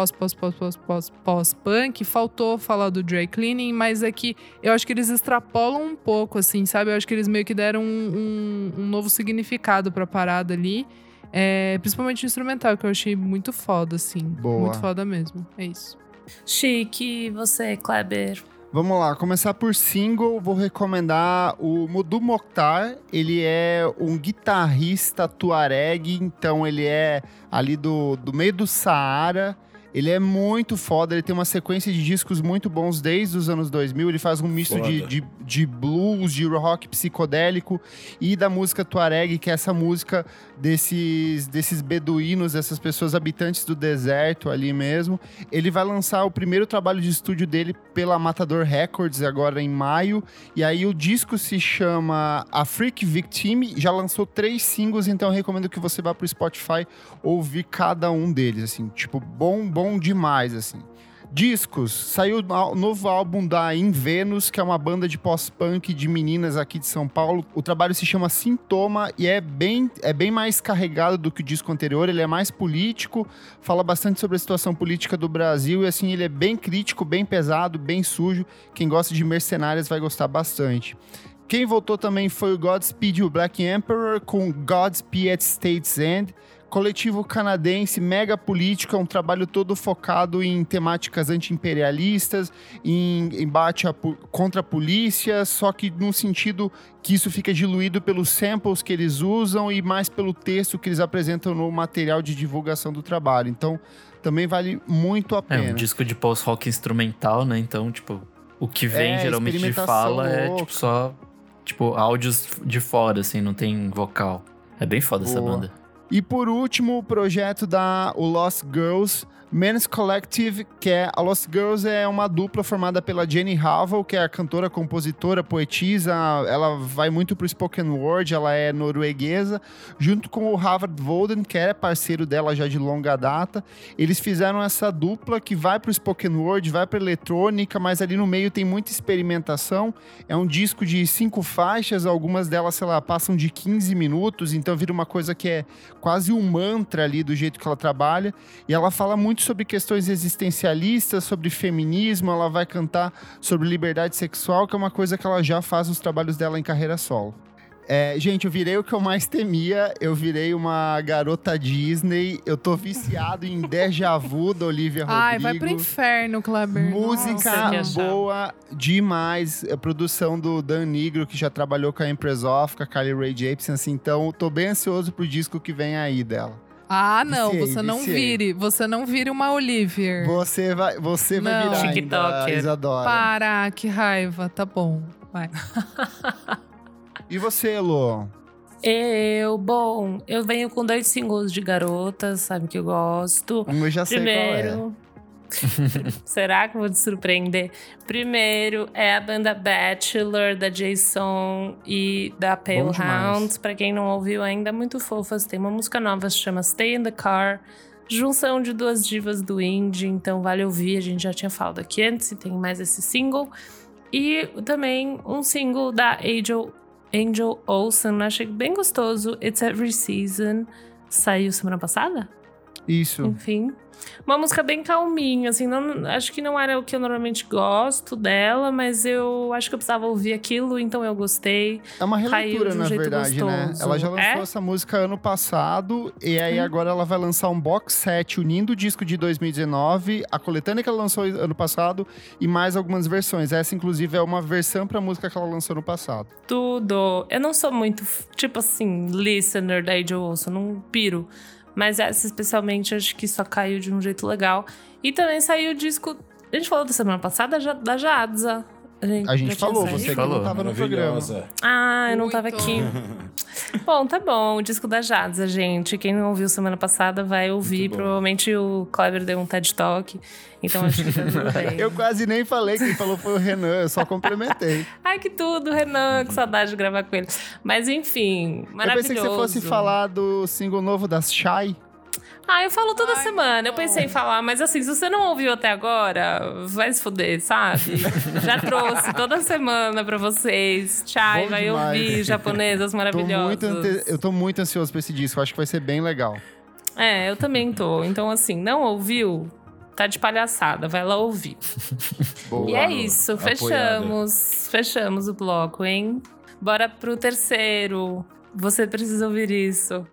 pós-punk, faltou falar do dry cleaning, mas é que eu acho que eles extrapolam um pouco, assim, sabe? Eu acho que eles meio que deram um novo significado pra parada ali. Principalmente o instrumental, que eu achei muito foda, assim. Boa. Muito foda mesmo, é isso. Chique, você, Kleber? Vamos lá, começar por single, vou recomendar o Mudu Mokhtar. Ele é um guitarrista tuareg, então ele é ali do meio do Saara. Ele é muito foda, ele tem uma sequência de discos muito bons desde os anos 2000. Ele faz um misto de blues, de rock psicodélico e da música tuareg, que é essa música desses beduínos, dessas pessoas habitantes do deserto ali mesmo. Ele vai lançar o primeiro trabalho de estúdio dele pela Matador Records agora em maio. E aí o disco se chama A Freak Victim, já lançou 3 singles, então eu recomendo que você vá pro Spotify ouvir cada um deles, assim, tipo, bom demais, assim. Discos, saiu o novo álbum da In Venus, que é uma banda de pós-punk de meninas aqui de São Paulo. O trabalho se chama Sintoma e é bem mais carregado do que o disco anterior. Ele é mais político, fala bastante sobre a situação política do Brasil e assim, ele é bem crítico, bem pesado, bem sujo. Quem gosta de Mercenárias vai gostar bastante. Quem voltou também foi o Godspeed e o Black Emperor com Godspeed at State's End, coletivo canadense Mega Política, um trabalho todo focado em temáticas anti-imperialistas, em embate contra a polícia, só que num sentido que isso fica diluído pelos samples que eles usam e mais pelo texto que eles apresentam no material de divulgação do trabalho. Então, também vale muito a pena. É um disco de post-rock instrumental, né? Então, tipo, o que vem geralmente de fala é tipo só áudios de fora, assim, não tem vocal. É bem foda essa banda. E por último, o projeto o Lost Girls Men's Collective, que a Lost Girls é uma dupla formada pela Jenny Havel, que é a cantora, compositora, poetisa. Ela vai muito pro spoken word, ela é norueguesa, junto com o Havard Volden, que é parceiro dela já de longa data. Eles fizeram essa dupla que vai pro spoken word, vai pra eletrônica, mas ali no meio tem muita experimentação. É um disco de 5 faixas, algumas delas, sei lá, passam de 15 minutos, então vira uma coisa que é quase um mantra ali do jeito que ela trabalha. E ela fala muito sobre questões existencialistas, sobre feminismo, ela vai cantar sobre liberdade sexual, que é uma coisa que ela já faz nos trabalhos dela em carreira solo. Gente, eu virei o que eu mais temia, eu virei uma garota Disney, eu tô viciado em Déjà Vu da Olivia Rodrigo. Ai, vai pro inferno, Kleber. Música boa demais, a produção do Dan Nigro, que já trabalhou com a Empress Of, com a Carly Rae Jepsen, assim, então tô bem ansioso pro disco que vem aí dela. Ah, não, você não vire uma Olivia. Você vai virar ainda, Isadora. Para, que raiva, tá bom, vai. E você, Elô? Eu venho com 2 singles de garotas, sabe que eu gosto. Eu já sei qual é. Será que eu vou te surpreender? Primeiro é a banda Bachelor, da Jason e da Pale Hounds. Pra quem não ouviu ainda, muito fofas. Tem uma música nova, se chama Stay in the Car. Junção de 2 divas do indie, então vale ouvir. A gente já tinha falado aqui antes e tem mais esse single. E também um single da Angel Olsen, achei bem gostoso. It's Every Season. Saiu semana passada? Isso. Enfim. Uma música bem calminha, assim, acho que não era o que eu normalmente gosto dela, mas eu acho que eu precisava ouvir aquilo, então eu gostei. É uma releitura, na verdade, gostoso, né? Ela já lançou essa música ano passado, e aí agora ela vai lançar um box set unindo o disco de 2019, a coletânea que ela lançou ano passado, e mais algumas versões. Essa, inclusive, é uma versão pra música que ela lançou no passado. Tudo. Eu não sou muito, tipo assim, listener da Angel Olsen, não piro. Mas essa especialmente, acho que só caiu de um jeito legal. E também saiu o disco... A gente falou da semana passada da Jadza. A gente falou, você que não tava no programa. Ah, eu não tava aqui. Bom, tá bom. O disco da Jadza, gente. Quem não ouviu semana passada vai ouvir. Provavelmente o Kleber deu um TED Talk. Então acho que tá tudo bem. Eu quase nem falei, quem falou foi o Renan. Eu só complementei. Ai, que tudo, Renan. Que saudade de gravar com ele. Mas enfim, maravilhoso. Eu pensei que você fosse falar do single novo das Shai. Eu falo toda semana. Eu pensei em falar, mas assim, se você não ouviu até agora, vai se fuder, sabe? Já trouxe toda semana pra vocês. Chai, vai ouvir japonesas maravilhosas. Eu tô muito ansioso pra esse disco. Acho que vai ser bem legal. Eu também tô. Então, assim, não ouviu? Tá de palhaçada, vai lá ouvir. Boa, e é isso, fechamos o bloco, hein? Bora pro terceiro. Você precisa ouvir isso.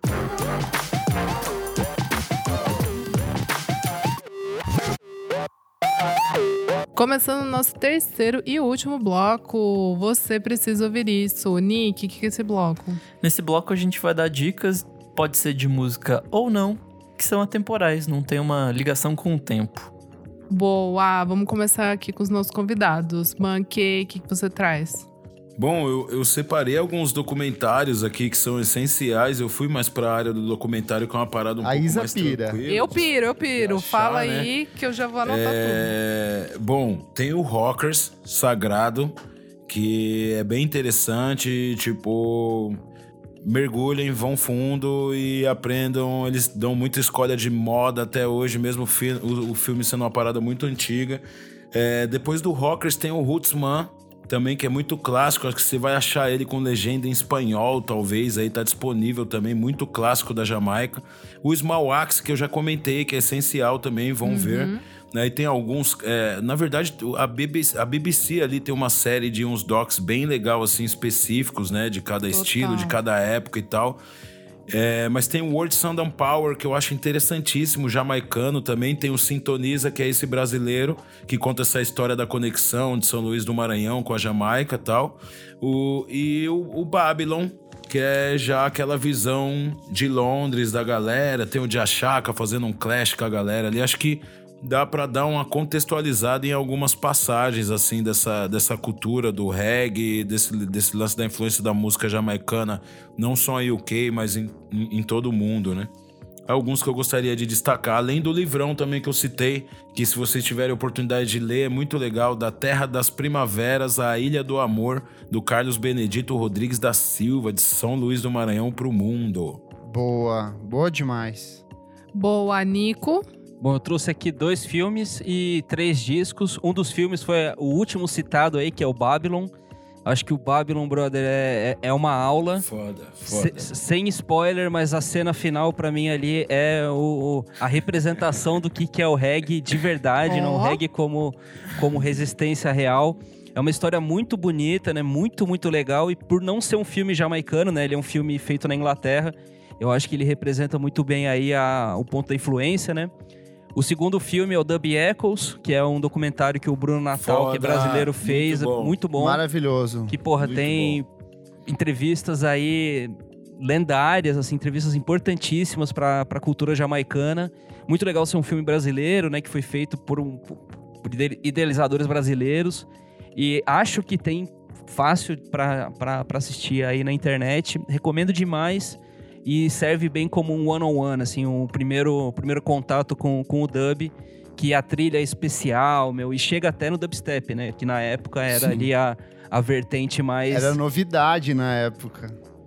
Começando o nosso terceiro e último bloco, você precisa ouvir isso. Nick, o que é esse bloco? Nesse bloco a gente vai dar dicas, pode ser de música ou não, que são atemporais, não tem uma ligação com o tempo. Boa, vamos começar aqui com os nossos convidados. Monkey, o que você traz? Bom, eu separei alguns documentários aqui que são essenciais. Eu fui mais pra área do documentário, que é uma parada um pouco mais tranquila. Eu piro. Achar, fala né? aí que eu já vou anotar tudo. Bom, tem o Rockers Sagrado, que é bem interessante, tipo... mergulhem, vão fundo e aprendam. Eles dão muita escolha de moda até hoje, mesmo o filme sendo uma parada muito antiga. Depois do Rockers tem o Rootsman, também, que é muito clássico. Acho que você vai achar ele com legenda em espanhol, talvez. Aí tá disponível também, muito clássico da Jamaica. O Small Axe, que eu já comentei, que é essencial também, vão ver. E tem alguns... na verdade, a BBC ali tem uma série de uns docs bem legal, assim, específicos, né? De cada estilo, de cada época e tal. Mas tem o World Sound and Power, que eu acho interessantíssimo, jamaicano também. Tem o Sintoniza, que é esse brasileiro, que conta essa história da conexão de São Luís do Maranhão com a Jamaica e tal. O Babylon, que é já aquela visão de Londres da galera. Tem o Jachaka fazendo um clash com a galera ali. Acho que dá pra dar uma contextualizada em algumas passagens, assim, dessa cultura do reggae, desse lance da influência da música jamaicana, não só em UK, mas em todo o mundo, né? Alguns que eu gostaria de destacar, além do livrão também que eu citei, que se vocês tiverem oportunidade de ler, é muito legal, Da Terra das Primaveras à Ilha do Amor, do Carlos Benedito Rodrigues da Silva, de São Luís do Maranhão pro mundo. Boa demais. Boa, Nico. Bom, eu trouxe aqui 2 filmes e 3 discos. Um dos filmes foi o último citado aí, que é o Babylon. Acho que o Babylon, brother, é uma aula. Foda. Sem spoiler, mas a cena final pra mim ali é a representação do que é o reggae de verdade, não o reggae como resistência real. É uma história muito bonita, né? Muito, muito legal. E por não ser um filme jamaicano, né? Ele é um filme feito na Inglaterra. Eu acho que ele representa muito bem aí o ponto da influência, né? O segundo filme é o Dub Echoes, que é um documentário que o Bruno Natal, que é brasileiro, fez. Muito bom. Maravilhoso. Que, tem entrevistas aí lendárias, assim, entrevistas importantíssimas para a cultura jamaicana. Muito legal ser um filme brasileiro, né? Que foi feito por idealizadores brasileiros. E acho que tem fácil para assistir aí na internet. Recomendo demais. E serve bem como um one-on-one, assim, o primeiro contato com o dub, que a trilha é especial, e chega até no dubstep, né? Que na época era ali a vertente mais... Era novidade na época.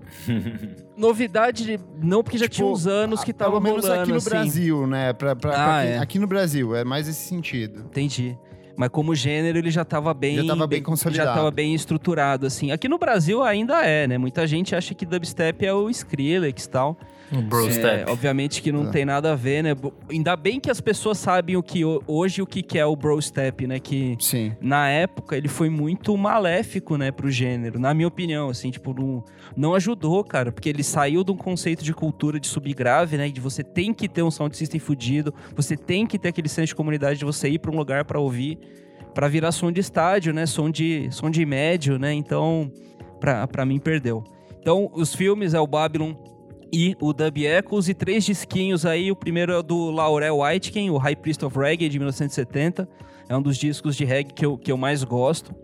Novidade, não, porque já tinha uns anos que tava rolando, pelo menos aqui no assim. Brasil, né? Aqui no Brasil, é mais esse sentido. Entendi. Mas como gênero, ele já estava bem consolidado. Já estava bem estruturado, assim. Aqui no Brasil ainda é, né? Muita gente acha que dubstep é o Skrillex e tal. O Brostep. Obviamente que não tem nada a ver, né? Ainda bem que as pessoas sabem hoje o que é o Brostep, né? Que na época ele foi muito maléfico, né? Pro gênero, na minha opinião, assim. Tipo, não ajudou, cara. Porque ele saiu de um conceito de cultura de subgrave, né? De você tem que ter um sound system fudido. Você tem que ter aquele senso de comunidade de você ir pra um lugar pra ouvir. Pra virar som de estádio, né? Som de médio, né? Então, pra mim, perdeu. Então, os filmes é o Babylon e o Dub Echoes, e 3 disquinhos aí. O primeiro é o do Laurel Aitken, o High Priest of Reggae, de 1970. É um dos discos de reggae que eu mais gosto.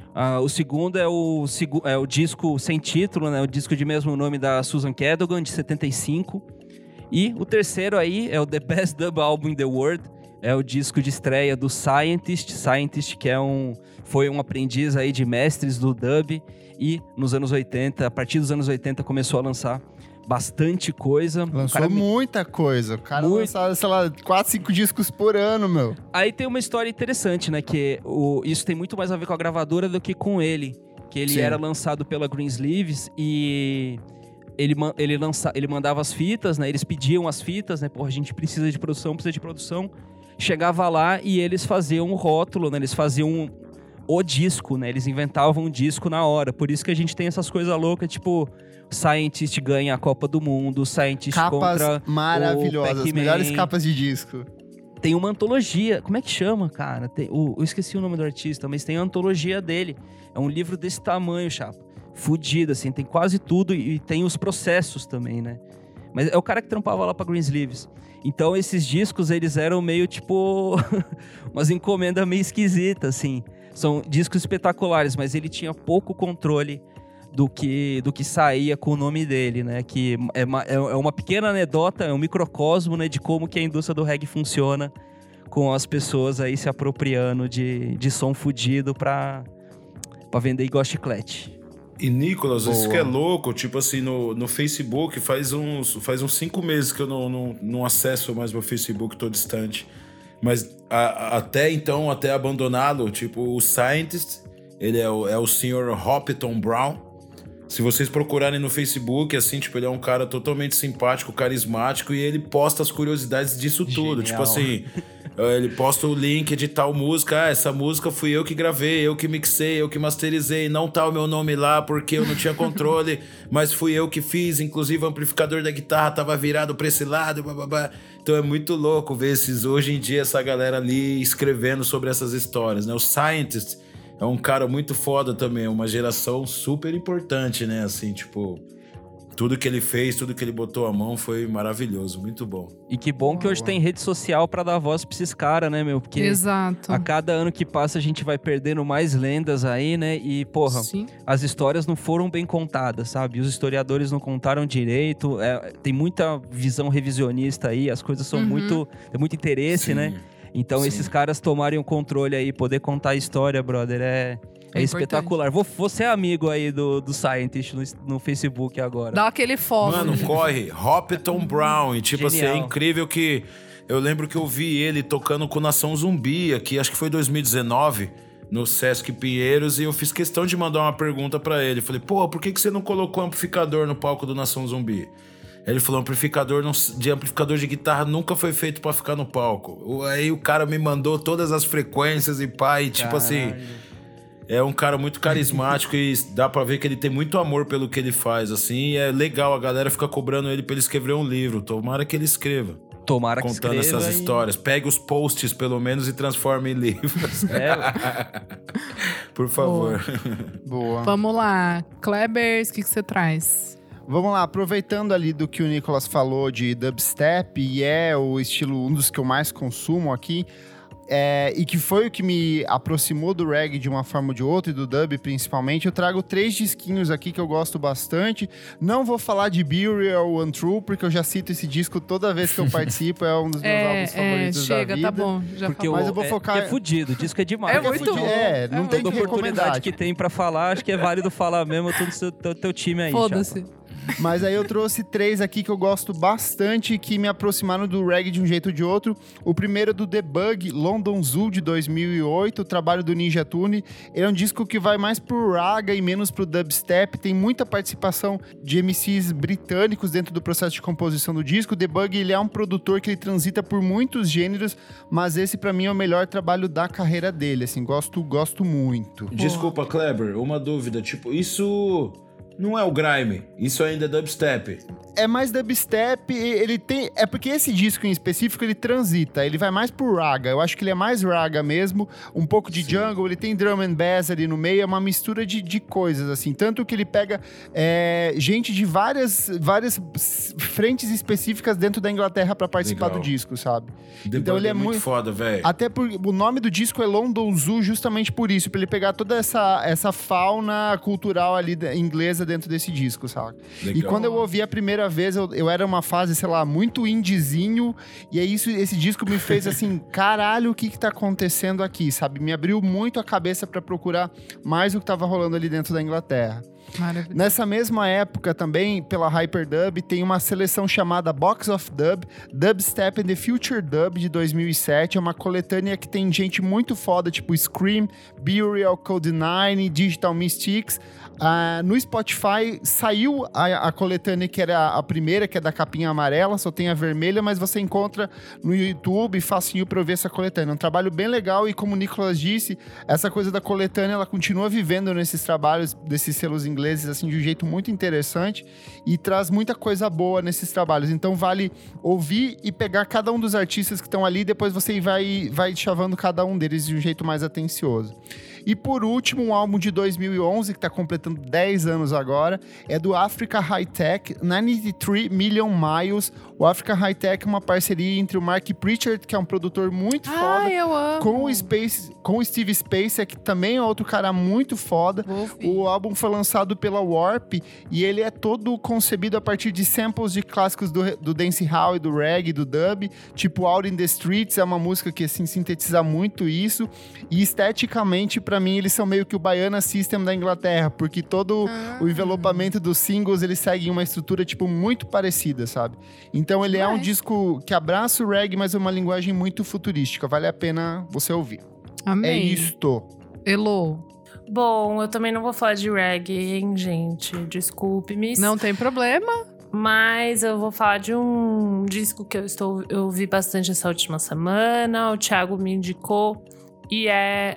O segundo é o disco sem título, né? O disco de mesmo nome da Susan Cadogan, de 75. E o terceiro aí é o The Best Dub Album in the World. É o disco de estreia do Scientist, que foi um aprendiz aí de mestres do dub. E nos anos 80, a partir dos anos 80, começou a lançar bastante coisa. Lançou muita coisa. O cara lançava, sei lá, 4, 5 discos por ano, meu. Aí tem uma história interessante, né? Que isso tem muito mais a ver com a gravadora do que com ele. Que ele era lançado pela Greensleeves e ele mandava as fitas, né? Eles pediam as fitas, né? Pô, a gente precisa de produção. Chegava lá e eles faziam um rótulo, né? Eles faziam o disco, né? Eles inventavam um disco na hora. Por isso que a gente tem essas coisas loucas, tipo... Scientist ganha a Copa do Mundo, Scientist contra maravilhosas, melhores capas de disco. Tem uma antologia, como é que chama, cara? Eu esqueci o nome do artista, mas tem a antologia dele. É um livro desse tamanho, chapa. Fudido, assim, tem quase tudo e tem os processos também, né? Mas é o cara que trampava lá pra Greensleeves. Então, esses discos, eles eram meio, tipo... umas encomendas meio esquisitas, assim. São discos espetaculares, mas ele tinha pouco controle do que saía com o nome dele, né? Que é uma pequena anedota, é um microcosmo, né? De como que a indústria do reggae funciona, com as pessoas aí se apropriando de som fudido pra vender igual chiclete. E, Nicolas, isso que é louco, tipo assim, no Facebook, faz uns 5 meses que eu não acesso mais meu Facebook, tô distante. Mas até abandoná-lo, tipo, o Scientist, ele é o Sr. Hopton Brown. Se vocês procurarem no Facebook, assim, tipo, ele é um cara totalmente simpático, carismático, e ele posta as curiosidades disso tudo. Genial. Tipo assim, Ele posta o link de tal música. Essa música fui eu que gravei, eu que mixei, eu que masterizei. Não tá o meu nome lá porque eu não tinha controle, mas fui eu que fiz. Inclusive o amplificador da guitarra tava virado pra esse lado. Blá. Então é muito louco ver hoje em dia essa galera ali escrevendo sobre essas histórias, né? O Scientist é um cara muito foda também, uma geração super importante, né? Assim, tipo... Tudo que ele fez, tudo que ele botou a mão foi maravilhoso, muito bom. E que bom que hoje tem rede social pra dar voz pra esses caras, né, meu? Porque Exato. a cada ano que passa a gente vai perdendo mais lendas aí, né? E, porra, Sim. as histórias não foram bem contadas, sabe? Os historiadores não contaram direito, tem muita visão revisionista aí, as coisas são tem muito interesse, Sim. né? Então esses caras tomarem o controle aí, poder contar a história, brother, é espetacular. Vou ser amigo aí do Scientist no Facebook agora. Dá aquele foco. Mano, corre. Hopton Brown. E tipo assim, é Genial. incrível que... Eu lembro que eu vi ele tocando com Nação Zumbi aqui, acho que foi 2019, no Sesc Pinheiros, e eu fiz questão de mandar uma pergunta pra ele. Falei, pô, por que você não colocou amplificador no palco do Nação Zumbi? Ele falou, amplificador de guitarra nunca foi feito pra ficar no palco. Aí o cara me mandou todas as frequências e pá, e tipo assim... É um cara muito carismático e dá pra ver que ele tem muito amor pelo que ele faz, assim. E é legal, a galera fica cobrando ele pra ele escrever um livro. Tomara que ele escreva. Tomara que contando escreva essas histórias. Pegue os posts, pelo menos, e transforme em livros. Por favor. Boa. Vamos lá. Klebers, o que você traz? Vamos lá, aproveitando ali do que o Nicolas falou de dubstep, e é o estilo, um dos que eu mais consumo aqui, e que foi o que me aproximou do reggae de uma forma ou de outra, e do dub principalmente, eu trago 3 disquinhos aqui que eu gosto bastante. Não vou falar de Burial ou Untrue, porque eu já cito esse disco toda vez que eu participo, é um dos meus álbuns favoritos chega, da vida. tá bom. Já Porque falou. Mas eu vou focar... É fudido, o disco é demais. É muito bom. Não tem Toda que oportunidade recomendar. que tem pra falar, acho que é válido falar mesmo todo teu time aí. Foda-se. Chapa. Mas aí eu trouxe 3 aqui que eu gosto bastante, que me aproximaram do reggae de um jeito ou de outro. O primeiro é do The Bug, London Zoo, de 2008, o trabalho do Ninja Tune. Ele é um disco que vai mais pro raga e menos pro dubstep. Tem muita participação de MCs britânicos dentro do processo de composição do disco. O The Bug, ele é um produtor que ele transita por muitos gêneros, mas esse pra mim é o melhor trabalho da carreira dele, assim, gosto muito. Desculpa, Kleber, uma dúvida. Tipo, isso... Não é o grime, isso ainda é dubstep. É mais dubstep, ele tem... É porque esse disco em específico, ele transita, ele vai mais pro raga. Eu acho que ele é mais raga mesmo, um pouco de jungle, ele tem drum and bass ali no meio, é uma mistura de coisas, assim. Tanto que ele pega gente de várias frentes específicas dentro da Inglaterra pra participar Legal. do disco, sabe? The Então Bug ele é muito foda, velho. Até porque o nome do disco é London Zoo justamente por isso, pra ele pegar toda essa fauna cultural ali inglesa dentro desse disco, sabe? Legal. E quando eu ouvi a primeira vez, eu era uma fase, sei lá, muito indiezinho, e aí esse disco me fez assim, caralho, o que tá acontecendo aqui, sabe? Me abriu muito a cabeça pra procurar mais o que tava rolando ali dentro da Inglaterra. Maravilhoso. Nessa mesma época também, pela Hyperdub, tem uma seleção chamada Box of Dub, Dubstep and the Future Dub, de 2007. É uma coletânea que tem gente muito foda, tipo Scream, Burial, Code9, Digital Mystics. No Spotify saiu a coletânea que era a primeira, que é da capinha amarela, só tem a vermelha, mas você encontra no YouTube, facinho pra eu ver essa coletânea. É um trabalho bem legal e, como o Nicolas disse, essa coisa da coletânea, ela continua vivendo nesses trabalhos, desses selos ingleses, assim, de um jeito muito interessante e traz muita coisa boa nesses trabalhos. Então vale ouvir e pegar cada um dos artistas que estão ali e depois você vai chavando cada um deles de um jeito mais atencioso. E por último, um álbum de 2011, que está completando 10 anos agora, é do Africa High Tech, 93 Million Miles. O Africa High Tech é uma parceria entre o Mark Pritchard, que é um produtor muito foda, eu amo. com o Steve Spacek, que também é outro cara muito foda. Vou ouvir. O álbum foi lançado pela Warp e ele é todo concebido a partir de samples de clássicos do dancehall e do reggae, do dub, tipo Out in the Streets, é uma música que assim sintetiza muito isso, e esteticamente pra mim eles são meio que o Baiana System da Inglaterra, porque todo o envelopamento dos singles eles seguem uma estrutura tipo muito parecida, sabe? Então ele é um disco que abraça o reggae, mas é uma linguagem muito futurística, vale a pena você ouvir. Amém. É isto. Elo, Bom, eu também não vou falar de reggae, hein, gente? Desculpe-me. não tem problema. Mas eu vou falar de um disco que eu ouvi bastante essa última semana. O Thiago me indicou. E é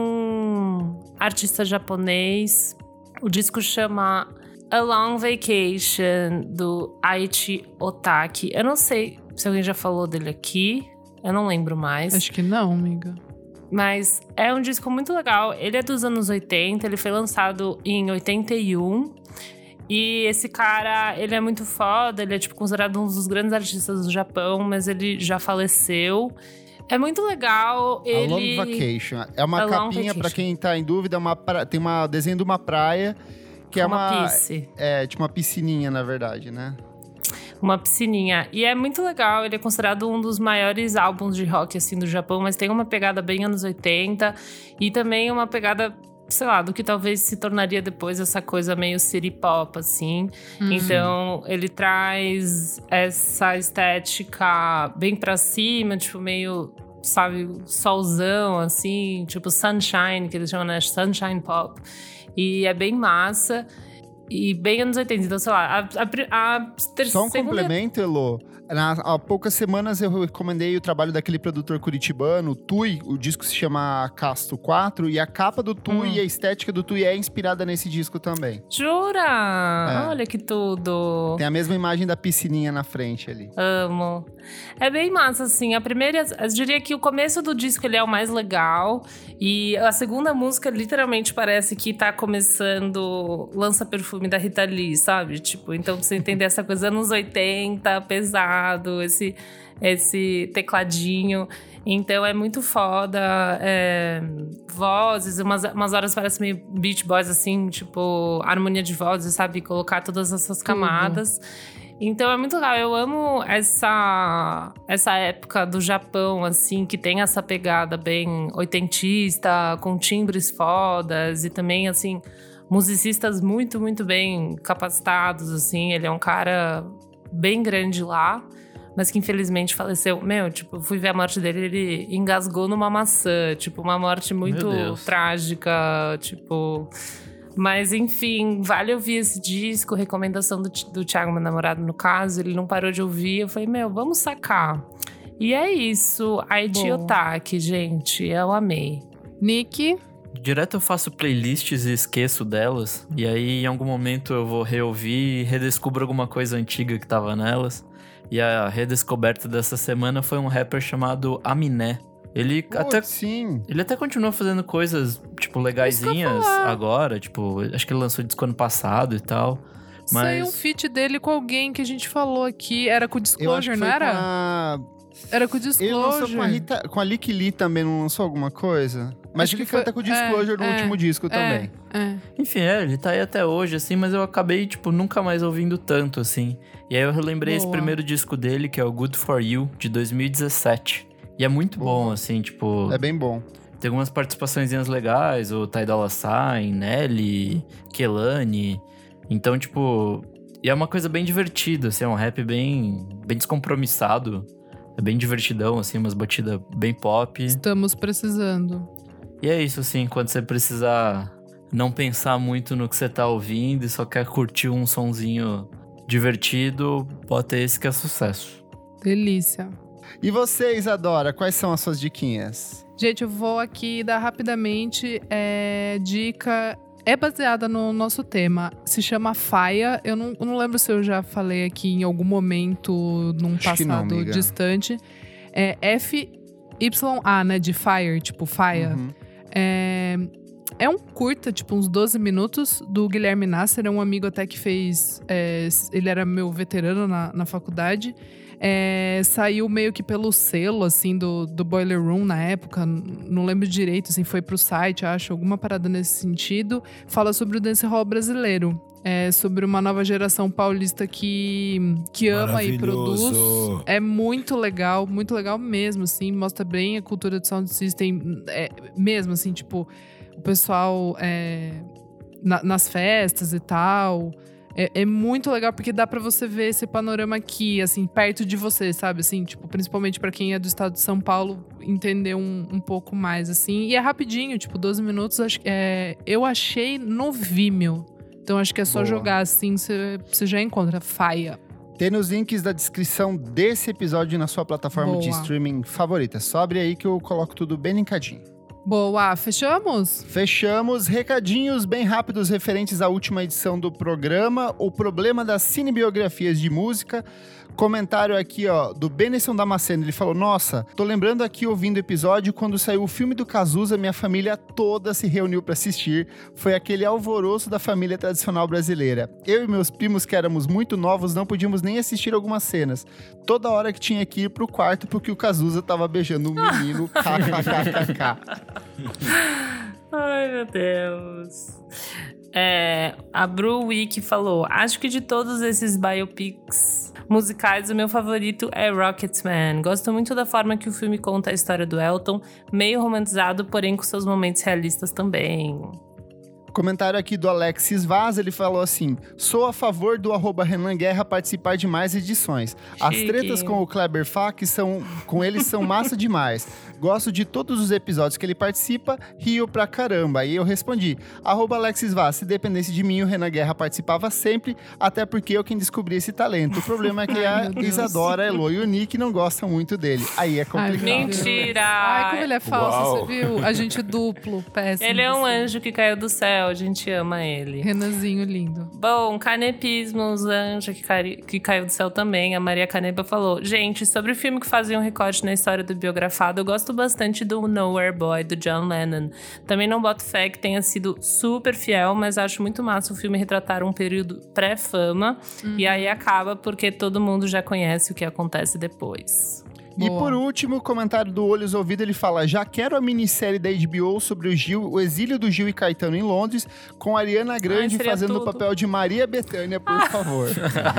um artista japonês. O disco chama A Long Vacation, do Aichi Otaki. Eu não sei se alguém já falou dele aqui. Eu não lembro mais. Acho que não, amiga. Mas é um disco muito legal. Ele é dos anos 80. Ele foi lançado em 81. E esse cara, ele é muito foda. Ele é, tipo, considerado um dos grandes artistas do Japão. Mas ele já faleceu. É muito legal. A Long Vacation. É uma capinha, pra quem tá em dúvida, tem um desenho de uma praia. Que é uma piscina. É, tipo uma piscininha, na verdade, né? Uma piscininha. E é muito legal, ele é considerado um dos maiores álbuns de rock, assim, do Japão, mas tem uma pegada bem anos 80 e também uma pegada, sei lá, do que talvez se tornaria depois essa coisa meio city pop, assim. Então, ele traz essa estética bem pra cima, tipo, meio, sabe, solzão, assim, tipo sunshine, que eles chamam, né? Sunshine pop. E é bem massa. E bem anos 80, então sei lá, Só um complemento, Elô. Há poucas semanas eu recomendei o trabalho daquele produtor curitibano, o Tui. O disco se chama Casto 4 e a capa do Tui e a estética do Tui é inspirada nesse disco também. Jura? Olha que tudo! Tem a mesma imagem da piscininha na frente ali. Amo. É bem massa, assim. A primeira, eu diria que o começo do disco ele é o mais legal. E a segunda música literalmente parece que tá começando Lança Perfume da Rita Lee, sabe? Tipo, então pra você entender essa coisa anos 80, pesado, esse tecladinho. Então é muito foda. Vozes, umas horas parece meio Beach Boys, assim, tipo, harmonia de vozes, sabe? Colocar todas essas camadas. Então é muito legal, eu amo essa época do Japão, assim, que tem essa pegada bem oitentista, com timbres fodas e também, assim, musicistas muito, muito bem capacitados, assim. Ele é um cara bem grande lá, mas que infelizmente faleceu. Meu, tipo, eu fui ver a morte dele, ele engasgou numa maçã, tipo, uma morte muito trágica, tipo... Mas, enfim, vale ouvir esse disco, recomendação do Thiago, meu namorado, no caso. Ele não parou de ouvir, eu falei, meu, vamos sacar. E é isso, Aichi Otaki, gente, eu amei. Nick? Direto eu faço playlists e esqueço delas. E aí, em algum momento, eu vou reouvir e redescubro alguma coisa antiga que tava nelas. E a redescoberta dessa semana foi um rapper chamado Aminé. Ele até continua fazendo coisas, tipo, legaisinhas agora. Tipo, acho que ele lançou disco ano passado e tal. Mas... Saiu um feat dele com alguém que a gente falou aqui. Era com o Disclosure, não era? Era com o Disclosure. Ele lançou com a Lick Lee também, não lançou alguma coisa? Mas ele canta com o Disclosure no último disco também. Enfim, ele tá aí até hoje, assim, mas eu acabei, tipo, nunca mais ouvindo tanto, assim. E aí eu relembrei esse primeiro disco dele, que é o Good For You, de 2017. E é muito bom, assim, tipo... É bem bom. Tem algumas participaçõezinhas legais, o Ty Dolla $ign, Nelly, Kehlani. Então, tipo... E é uma coisa bem divertida, assim, é um rap bem descompromissado. É bem divertidão, assim, umas batidas bem pop. Estamos precisando. E é isso, assim, quando você precisar não pensar muito no que você tá ouvindo e só quer curtir um sonzinho divertido, bota esse que é sucesso. Delícia. E você, Isadora, quais são as suas diquinhas? Gente, eu vou aqui dar rapidamente dica... É baseada no nosso tema. Se chama Faia. Eu não lembro se eu já falei aqui em algum momento, num passado distante. É FYA, né? De Fire, tipo Faia. Uhum. É um curta, tipo uns 12 minutos, do Guilherme Nasser. É um amigo até que fez... ele era meu veterano na faculdade. Saiu meio que pelo selo, assim, do Boiler Room na época. Não lembro direito, assim, foi pro site, acho, alguma parada nesse sentido. Fala sobre o dancehall brasileiro. Sobre uma nova geração paulista que ama e produz. É muito legal mesmo, assim. Mostra bem a cultura do sound system. Mesmo, assim, tipo, o pessoal nas festas e tal... É muito legal, porque dá pra você ver esse panorama aqui, assim, perto de você, sabe? Assim, tipo, principalmente pra quem é do estado de São Paulo, entender um pouco mais, assim. E é rapidinho, tipo, 12 minutos. Eu achei no Vimeo. Então acho que é só Boa. jogar assim, você já encontra. Faia. Tem nos links da descrição desse episódio na sua plataforma de Boa. streaming favorita. Só abre aí que eu coloco tudo bem linkadinho. Boa, fechamos? Fechamos. Recadinhos bem rápidos referentes à última edição do programa. O problema das cinebiografias de música. Comentário aqui, ó, do Benison Damasceno. Ele falou, nossa, tô lembrando aqui ouvindo o episódio quando saiu o filme do Cazuza, minha família toda se reuniu pra assistir. Foi aquele alvoroço da família tradicional brasileira. Eu e meus primos, que éramos muito novos, não podíamos nem assistir algumas cenas. Toda hora que tinha que ir pro quarto porque o Cazuza tava beijando um menino. KKKKK. Ai, meu Deus. A Bru Wiki falou, acho que de todos esses biopics musicais, o meu favorito é Rocketman. Gosto muito da forma que o filme conta a história do Elton, meio romantizado, porém com seus momentos realistas também. Comentário aqui do Alexis Vaz, ele falou assim, sou a favor do @Renan Guerra participar de mais edições. As Chique. tretas com o Kleber Fak com eles são massa demais. Gosto de todos os episódios que ele participa, rio pra caramba. E eu respondi, @Alexis Vaz, se dependesse de mim, o Renan Guerra participava sempre, até porque eu quem descobri esse talento. O problema é que a Meu Deus. Isadora, a Elo e o Nick não gostam muito dele. Aí é complicado. Ai, meu Deus. Mentira! Ai, como ele é falso, Uau. você viu? A gente duplo, péssimo. Ele é um assim. anjo que caiu do céu, a gente ama ele. Renanzinho lindo. Bom, canepismos, anjo que caiu do céu também. A Maria Canepa falou, gente, sobre o filme que fazia um recorte na história do biografado, eu gosto bastante do Nowhere Boy, do John Lennon. Também não boto fé que tenha sido super fiel, mas acho muito massa o filme retratar um período pré-fama. E aí acaba porque todo mundo já conhece o que acontece depois. E Boa. por último, o comentário do Olhos Ouvido, ele fala, já quero a minissérie da HBO sobre o Gil, o exílio do Gil e Caetano em Londres, com a Ariana Grande seria fazendo o tudo. papel de Maria Bethânia, por favor.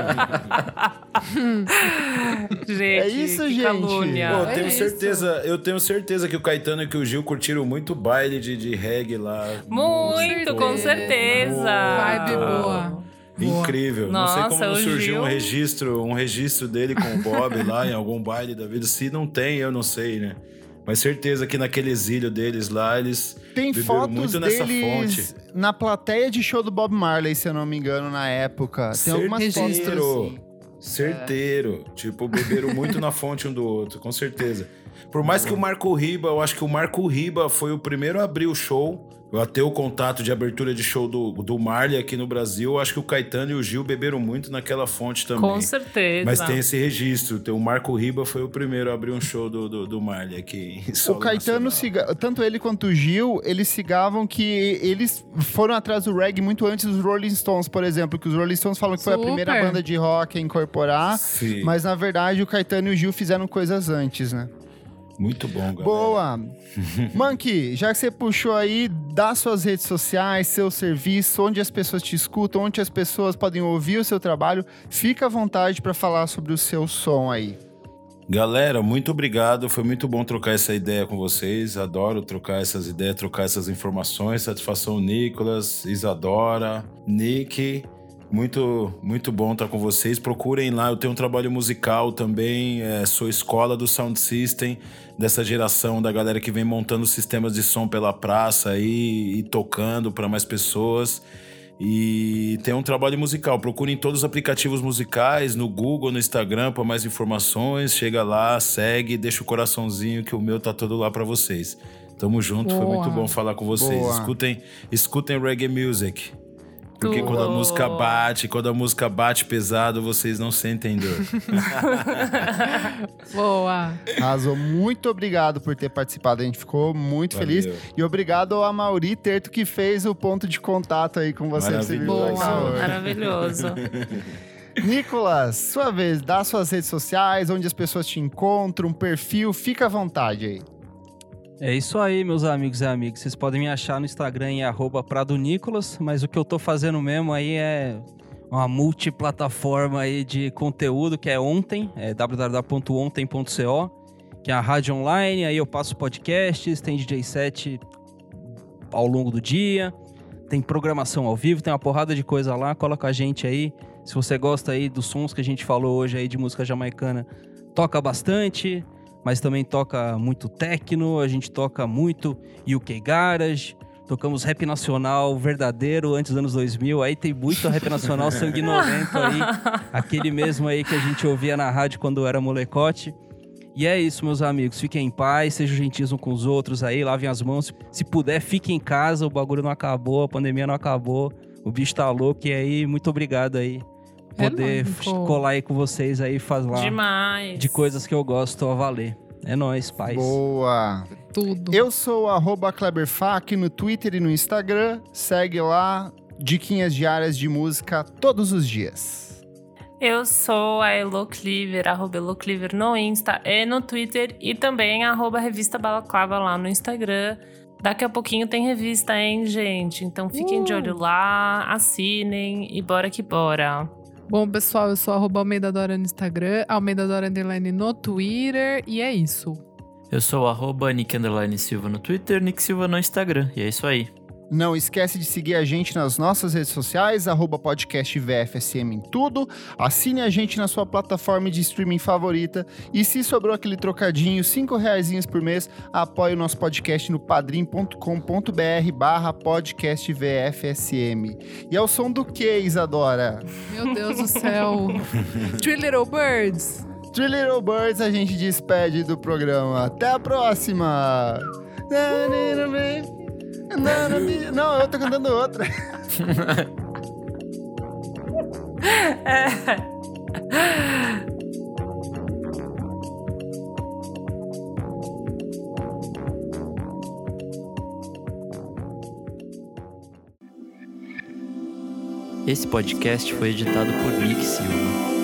Gente, É isso, que gente. calúnia. Pô, É eu tenho certeza que o Caetano e que o Gil curtiram muito baile de reggae lá. Muito, com certeza. Vibe boa. Incrível. Nossa, não sei como o não surgiu Gil- um registro dele com o Bob lá em algum baile da vida. Se não tem, eu não sei, né? Mas certeza que naquele exílio deles lá, eles Tem beberam fotos muito nessa deles fonte. na plateia de show do Bob Marley, se eu não me engano, na época. Tem algumas fotos Certeiro. assim. Certeiro. Tipo, beberam muito na fonte um do outro, com certeza. Por mais que o Marco Riba, eu acho que o Marco Riba foi o primeiro a abrir o show. Eu até o contato de abertura de show do Marley aqui no Brasil. Eu acho que o Caetano e o Gil beberam muito naquela fonte também. Com certeza. Mas tem esse registro. O Marco Riba foi o primeiro a abrir um show do Marley aqui em O solo Caetano, nacional. tanto ele quanto o Gil, eles cigavam que eles foram atrás do reggae muito antes dos Rolling Stones, por exemplo. Que os Rolling Stones falam que foi a primeira Super. banda de rock a incorporar. Sim. Mas, na verdade, o Caetano e o Gil fizeram coisas antes, né? Muito bom, galera. Boa! Monkey, já que você puxou aí, dá suas redes sociais, seu serviço, onde as pessoas te escutam, onde as pessoas podem ouvir o seu trabalho, fica à vontade para falar sobre o seu som aí. Galera, muito obrigado. Foi muito bom trocar essa ideia com vocês. Adoro trocar essas ideias, trocar essas informações. Satisfação, Nicolas, Isadora, Nick. Muito, muito bom estar com vocês. Procurem lá, eu tenho um trabalho musical também. Sou escola do Sound System, dessa geração da galera que vem montando sistemas de som pela praça aí, e tocando para mais pessoas. E tem um trabalho musical. Procurem todos os aplicativos musicais, no Google, no Instagram, para mais informações. Chega lá, segue, deixa o coraçãozinho que o meu tá todo lá para vocês. Tamo junto, foi Boa. muito bom falar com vocês. Boa. Escutem reggae music. Porque Tudo. quando a música bate pesado, vocês não sentem dor. Boa. Arrasou, muito obrigado por ter participado, a gente ficou muito Valeu. feliz. E obrigado ao Amauri Terto que fez o ponto de contato aí com você. pra você vir Maravilhoso. pra cá Boa. hoje. Maravilhoso. Nicolas, sua vez, dá suas redes sociais, onde as pessoas te encontram, perfil, fica à vontade aí. É isso aí, meus amigos e amigas. Vocês podem me achar no Instagram em @pradonicolas, mas o que eu tô fazendo mesmo aí é uma multiplataforma aí de conteúdo, que é Ontem, www.ontem.co, que é a rádio online, aí eu passo podcasts, tem DJ set ao longo do dia, tem programação ao vivo, tem uma porrada de coisa lá, cola com a gente aí. Se você gosta aí dos sons que a gente falou hoje aí de música jamaicana, toca bastante, mas também toca muito techno, a gente toca muito UK Garage, Tocamos rap nacional verdadeiro antes dos anos 2000. Aí tem muito rap nacional sanguinolento aí. Aquele mesmo aí que a gente ouvia na rádio quando era molecote. E é isso, meus amigos. Fiquem em paz, sejam gentis uns com os outros aí, lavem as mãos. Se puder, fiquem em casa, o bagulho não acabou, a pandemia não acabou. O bicho tá louco. E aí, muito obrigado aí. Poder colar aí com vocês aí, falar demais de coisas que eu gosto a valer. É nóis, paz. Boa. Tudo. Eu sou o @KleberFak no Twitter e no Instagram. Segue lá, diquinhas diárias de música todos os dias. Eu sou a Elo Cleaver, @Elo Cleaver no Insta e no Twitter. E também @Revista Balaclava lá no Instagram. Daqui a pouquinho tem revista, hein, gente? Então fiquem de olho lá, assinem e bora que bora. Bom, pessoal, eu sou @Almeida Dora no Instagram, Almeida Dora _ no Twitter, e é isso. Eu sou @Nick_Silva no Twitter, Nick Silva no Instagram, e é isso aí. Não esquece de seguir a gente nas nossas redes sociais, @podcastvfsm em tudo. Assine a gente na sua plataforma de streaming favorita. E se sobrou aquele trocadinho, R$5 por mês, apoie o nosso podcast no padrim.com.br/podcastvfsm. E é o som do que, Isadora? Meu Deus do céu. Three Little Birds. Three Little Birds, a gente despede do programa. Até a próxima! Não, eu tô cantando outra. Esse podcast foi editado por Nick Silva.